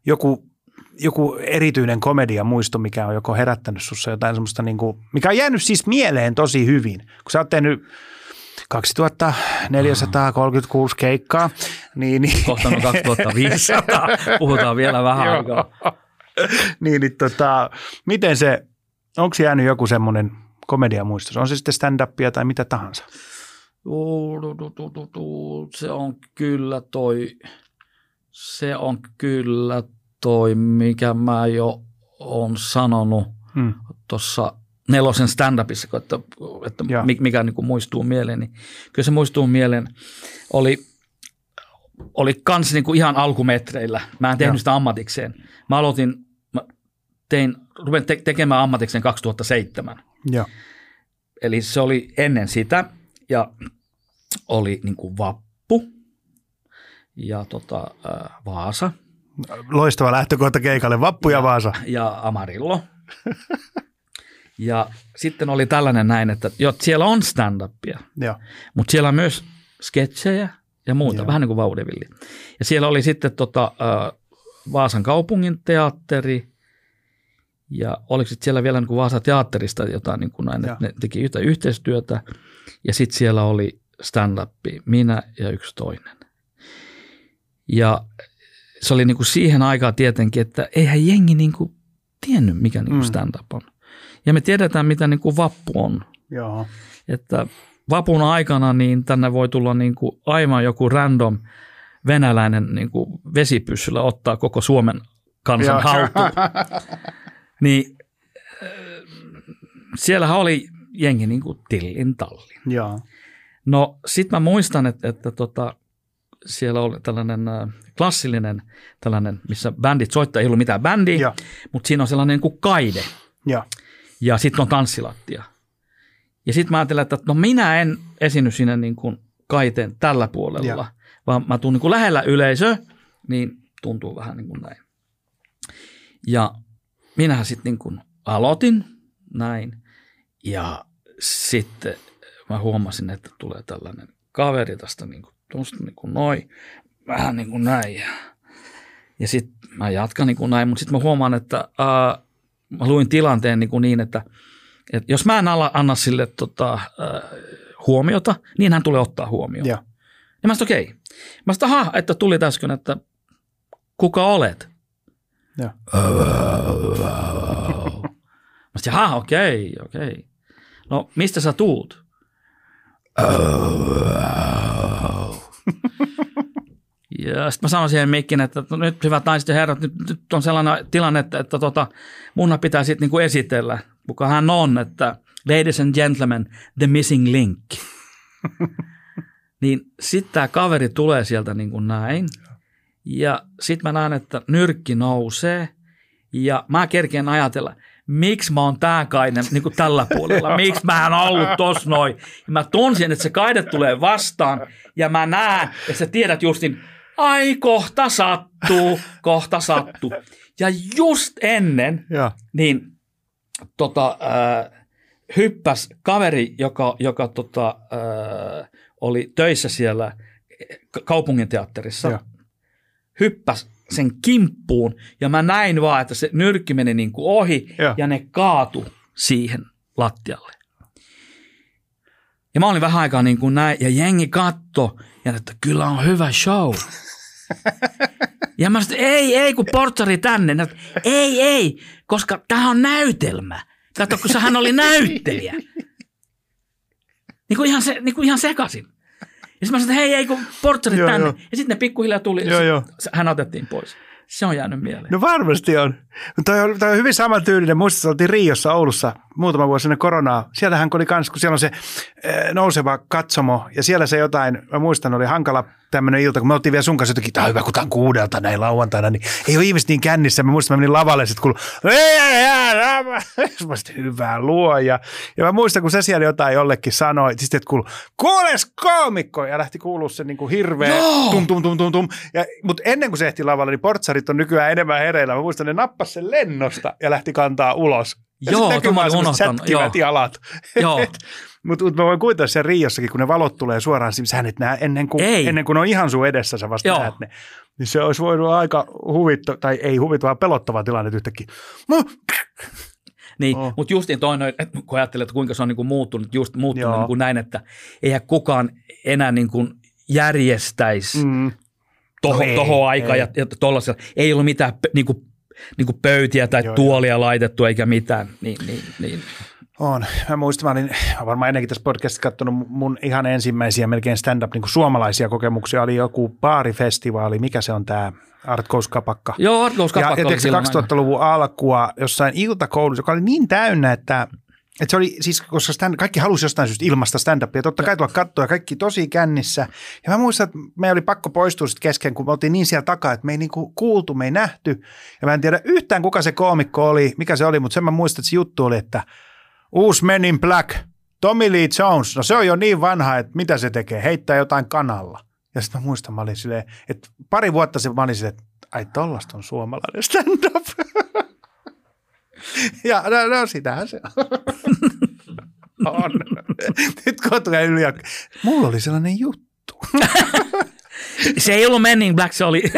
joku erityinen komediamuisto, mikä on joko herättänyt sussa jotain semmoista, niin kuin, mikä on jäänyt siis mieleen tosi hyvin, kun sä oot tehnyt 2436 keikkaa. Niin. Kohta on 2500, puhutaan vielä vähän aikaa. Miten se, onko jäänyt joku semmoinen komediamuisto? On se sitten stand-upia tai mitä tahansa? Se on kyllä toi, mikä mä jo oon sanonut tuossa 4 stand-upissa, että mikä niin kuin muistuu mieleen. Niin kyllä se muistuu mieleen. Oli kans niin kuin ihan alkumetreillä. Mä en tehnyt sitä ammatikseen. Rupesin tekemään ammatikseen 2007. Ja. Eli se oli ennen sitä ja oli niin kuin Vappu ja Vaasa. Loistava lähtökohta keikalle, Vappu ja Vaasa. Ja Amarillo. Ja sitten oli tällainen näin, että siellä on stand-upia, mutta siellä on myös sketsejä ja muuta, vähän niin kuin vaudevilli. Ja siellä oli sitten Vaasan kaupungin teatteri ja oliko sitten siellä vielä niin kuin Vaasan teatterista jotain, niin kuin näin, että ne teki yhteistyötä. Ja sitten siellä oli stand-upi, minä ja yksi toinen. Ja se oli niin kuin siihen aikaan tietenkin, että eihän jengi niin kuin tiennyt, mikä niin kuin stand-up on. Ja me tiedetään, mitä niin kuin Vappu on. Joo. Että Vapun aikana niin tänne voi tulla niin kuin aivan joku random venäläinen niin kuin vesipyssyllä ottaa koko Suomen kansan haltuun. Niin siellähän oli jengi niin kuin tillin tallin. Joo. No sit mä muistan, että siellä oli tällainen klassillinen, tällainen, missä bändit soittaa, ei ollut mitään bändiä, mutta siinä on sellainen niin kuin kaide. Ja sitten on tanssilattia. Ja sitten mä ajattelin, että no minä en esiinny siinä niin kuin kaiteen tällä puolella, vaan mä tuun niin kuin lähellä yleisö, niin tuntuu vähän niin kuin näin. Ja minähän sitten niin kuin aloitin näin ja sitten mä huomasin, että tulee tällainen kaveri tästä niin kuin tuosta niin kuin noin, vähän niin kuin näin. Ja sitten mä jatkan niin kuin näin, mutta sitten mä huomaan, että mä luin tilanteen niin, että jos mä en anna sille huomiota, niin hän tulee ottaa huomioon. Ja mä sanoin, okei. Mä sanoin, että tuli äsken, että kuka olet? Ja. Mä sanoin, okei. No, mistä sä tuut? Ja sitten mä sanoin siihen mikkin, että no nyt hyvät naiset ja herrat, nyt on sellainen tilanne, että mun pitää sitten niinku esitellä, kuka hän on, että ladies and gentlemen, the missing link. Niin sitten tämä kaveri tulee sieltä niin kuin näin ja sitten mä näen, että nyrkki nousee ja mä kerkeen ajatella, miksi mä oon tää kaide niin kuin tällä puolella, miksi mä en ollut tossa noin. Ja mä tunsin, että se kaide tulee vastaan ja mä näen, että sä tiedät justin, ai kohta sattuu. Ja just ennen, niin hyppäs kaveri, joka oli töissä siellä kaupunginteatterissa, hyppäs sen kimppuun ja mä näin vaan, että se nyrkki meni niin kuin ohi ja ne kaatu siihen lattialle. Ja mä olin vähän aikaa niin kuin näin ja jengi katto ja että kyllä on hyvä show. Ja mä sanoin, ei, kun portsari tänne. Että, ei, koska tämä on näytelmä. Kato, kun hän oli näyttelijä. Niin kuin ihan sekaisin. Ja sitten mä sanoin, että ei, kun portsari tänne. Ja sitten ne pikkuhiljaa tuli ja hän otettiin pois. Se on jäänyt mieleen. No varmasti on. Toi on hyvin samantyylinen. Muistin, oltiin Riossa Oulussa muutama vuosi ennen koronaa. Sieltähän oli kans, kun siellä on se nouseva katsomo ja siellä se jotain, mä muistan, oli hankala tämmöinen ilta, kun me oltiin vielä sun kanssa jotenkin, että hyvä, kun tää on 6 näin lauantaina, niin ei ole ihmiset niin kännissä. Mä muistan, mä menin lavalle sitten, kun hyvää luoja. Ja mä muistan, kun se siellä jotain jollekin sanoi, sitten että kuules koomikko, ja lähti kuulua se niin kuin hirveä tum. Mutta ennen kuin se ehti lavalle, niin portsarit on nykyään enemmän hereillä. Mä muistan, ne nappas sen lennosta ja lähti kantaa ulos. Ja sitten näkyy semmoiset sätkivät jalat. Mutta mä voin kuvitella sen Riossakin, kun ne valot tulee suoraan, sä et näe ennen kuin on ihan sun edessä, sä vasta näet ne. Niin se olisi voinut aika tai ei huvittava, pelottava tilanne yhtäkkiä. Niin, mutta justiin toinen, kun ajattelet, että kuinka se on niin kuin muuttunut niin kuin näin, että eihän kukaan enää niin kuin järjestäisi tohon aikaan ja tuollaisella. Ei ollut mitään niin kuin pöytiä tai tuolia laitettu eikä mitään. Niin. On. Mä muistan, mä olin varmaan ennenkin tässä podcastissa katsonut mun ihan ensimmäisiä melkein stand-up niin kuin suomalaisia kokemuksia. Oli joku baarifestivaali, mikä se on tämä Art Goes Kapakka. Joo, Art Goes Kapakka. Ja 2000-luvun alkua jossain iltakoulussa, joka oli niin täynnä, että se oli siis, koska kaikki halusi jostain syystä ilmasta stand-upia. Totta kai tuolla katsoa kaikki tosi kännissä. Ja mä muistan, että me oli pakko poistua sitten kesken, kun me oltiin niin siellä takaa, että me ei niinku kuultu, me ei nähty. Ja mä en tiedä yhtään, kuka se koomikko oli, mikä se oli, mutta sen mä muistan, että se juttu oli, että uusi Men in Black, Tommy Lee Jones, no se on jo niin vanha, että mitä se tekee, heittää jotain kanalla. Ja sitten mä muistan, mä olin silleen, että pari vuotta sitten mä olin silleen, että ai tollasta on suomalainen stand-up. Ja no sitähän se on. Nyt kun tulee yli, mulla oli sellainen juttu. Se ei ollut Men in Black, se oli.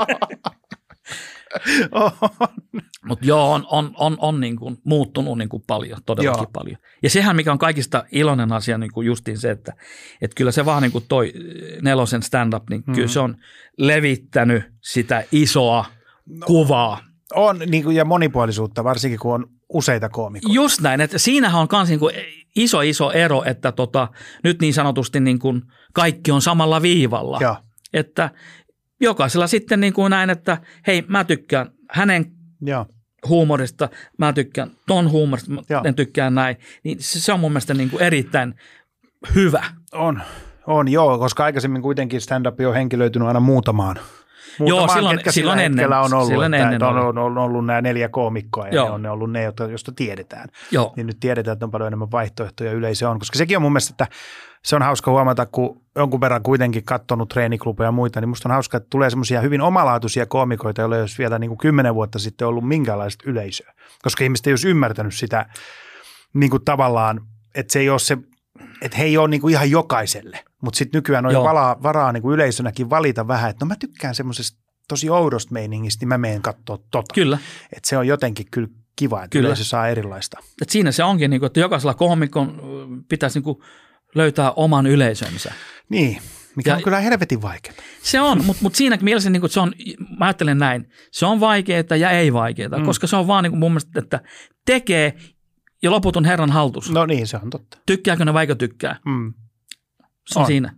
Mutta joo, on niin kuin muuttunut niin kuin paljon, todellakin paljon. Ja sehän, mikä on kaikista iloinen asia, niin kuin justiin se, että kyllä se vaan niin kuin toi Nelosen stand-up, niin kyllä se on levittänyt sitä isoa kuvaa. On niin kuin, ja monipuolisuutta, varsinkin kun on useita koomikoita. Just näin, että siinähän on myös niin kuin iso ero, että nyt niin sanotusti niin kuin kaikki on samalla viivalla. Ja. Että jokaisella sitten niin kuin näin, että hei, mä tykkään hänen huumorista, mä tykkään ton huumorista, mä tykkään näin. Niin se on mun mielestä niin kuin erittäin hyvä. On joo, koska aikaisemmin kuitenkin stand-up on henkilöitynyt aina muutamaan. Joo, silloin ennen. On ollut nämä 4 koomikkoa ja ne on ollut ne, joista tiedetään. Joo. Niin nyt tiedetään, että on paljon enemmän vaihtoehtoja yleisö on, koska sekin on mun mielestä, että se on hauska huomata, kun jonkun verran kuitenkin katsonut treeniklubeja ja muita, niin musta on hauska, että tulee semmoisia hyvin omalaatuisia koomikoita, joilla ei olisi vielä niin kuin 10 vuotta sitten ollut minkäänlaista yleisöä, koska ihmiset ei olisi ymmärtänyt sitä niin kuin tavallaan, että se ei ole se, että he ei ole niin kuin ihan jokaiselle, mutta sitten nykyään on jo varaa niin kuin yleisönäkin valita vähän, että no mä tykkään semmoisesta tosi oudosta meiningistä, niin mä menen katsoa tota. Kyllä. Että se on jotenkin kyllä kiva, että yleisö saa erilaista. Et siinä se onkin, niin kuin, että jokaisella koomikon pitäisi niin kuin löytää oman yleisönsä. Niin, mikä on kyllä helvetin vaikeaa. Se on, mutta siinäkin mielessä niin kuin, se on, mä ajattelen näin, se on vaikeaa ja ei vaikeaa, koska se on vaan niin kuin mun mielestä, että tekee ja loput on Herran haltussa. No niin, se on totta. Tykkääkö ne vaikka tykkää? Se on siinä.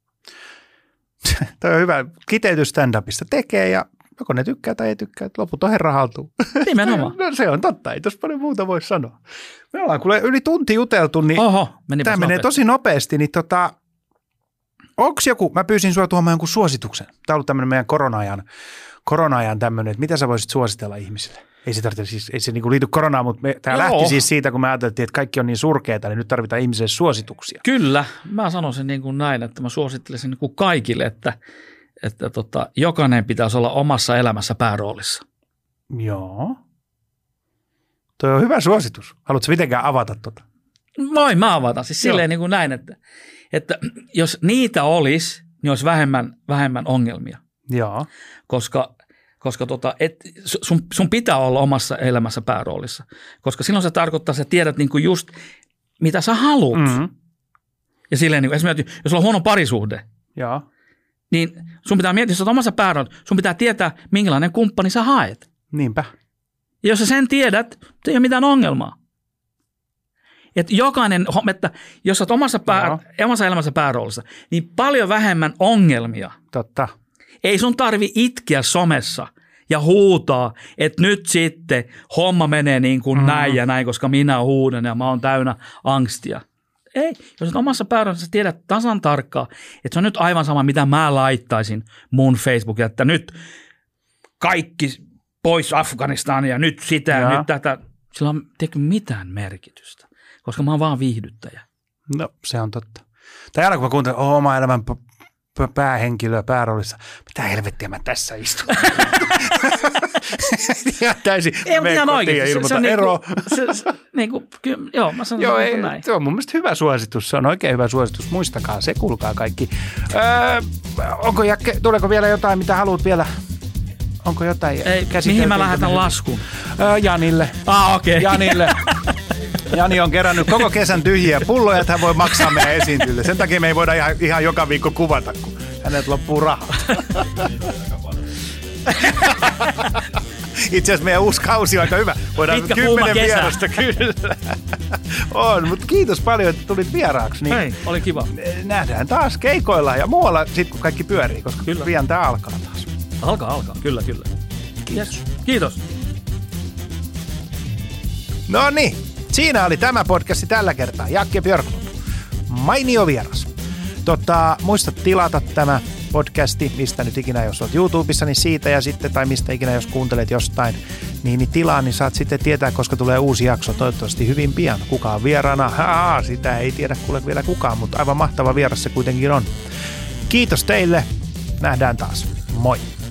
Toi on hyvä. Kiteytys stand-upista tekee ja joko ne tykkää tai ei tykkää, että loput on Herran haltuun. Nimenomaan. No se on totta, ei tuossa paljon muuta voi sanoa. Me ollaan kuule yli tunti juteltu, niin tämä menee tosi nopeasti, niin onko joku, mä pyysin sua tuomaan jonkun suosituksen. Tämä on ollut tämmöinen meidän korona-ajan tämmöinen, että mitä sä voisit suositella ihmisille? Ei se niinku liity koronaan, mutta tämä lähti siis siitä, kun me ajateltiin, että kaikki on niin surkeita, niin nyt tarvitaan ihmisille suosituksia. Kyllä, mä sanoisin niin kuin näin, että mä suosittelisin niin kuin kaikille, että jokainen pitäisi olla omassa elämässä pääroolissa. Joo. Toi on hyvä suositus. Haluatko mitenkään avata tota? Voin mä avata. Siis silleen niin kuin näin, että jos niitä olisi, niin olisi vähemmän ongelmia. Joo. Koska sun pitää olla omassa elämässä pääroolissa. Koska silloin se tarkoittaa, että sä tiedät niin kuin just, mitä sä haluat. Mm-hmm. Ja silleen, niin kuin, esimerkiksi jos sulla on huono parisuhde, niin sun pitää miettiä, että sä oot omassa pääroolissa. Sun pitää tietää, minkälainen kumppani sä haet. Niinpä. Ja jos sä sen tiedät, ei ole mitään ongelmaa. Että jokainen, että jos sä oot omassa elämässä pääroolissa, niin paljon vähemmän ongelmia. Totta. Ei sun tarvi itkeä somessa ja huutaa, että nyt sitten homma menee niin kuin näin ja näin, koska minä huudan ja mä oon täynnä angstia. Ei, jos olet omassa pääroolissa tiedät tasan tarkkaan, että se on nyt aivan sama, mitä mä laittaisin mun Facebookiin, että nyt kaikki pois Afganistania ja nyt sitä ja nyt tätä. Sillä on tehty mitään merkitystä, koska mä oon vaan viihdyttäjä. No, se on totta. Tai aina kun mä kuuntelen oma elämän päähenkilöä pääroolissa, mitä helvettiä mä tässä istun. Ihan täysin meikkotiin ja ilmoita ero. Joo, mä sanon näin. Se on mun mielestä hyvä suositus. Se on oikein hyvä suositus. Muistakaa se, kuulkaa kaikki. Tuleeko vielä jotain, mitä haluat vielä? Onko jotain käsiteltyä? Mihin mä lähetän laskun? Janille. Okei. Janille. Jani on kerännyt koko kesän tyhjiä pulloja, että hän voi maksaa meidän esiintyjille. Sen takia me ei voida ihan joka viikko kuvata, kun hänet loppuu rahat. Itse asiassa meidän uusi kausi on aika hyvä. Voidaan 10 vierasta, kyllä. On, mutta kiitos paljon, että tulit vieraaksi. Niin hei, oli kiva. Nähdään taas keikoilla ja muualla sit, kun kaikki pyörii, koska pian tää alkaa taas. Alkaa. Kyllä. Kiitos. Yes. Kiitos. No niin, siinä oli tämä podcasti tällä kertaa. Jakke Björklund, mainio vieras. Muista tilata tämä podcasti, mistä nyt ikinä, jos olet YouTubessa, niin siitä ja sitten, tai mistä ikinä, jos kuuntelet jostain, niin tilaa, niin saat sitten tietää, koska tulee uusi jakso, toivottavasti hyvin pian. Kuka on vieraana? Sitä ei tiedä kuule vielä kukaan, mutta aivan mahtava vieras se kuitenkin on. Kiitos teille, nähdään taas. Moi!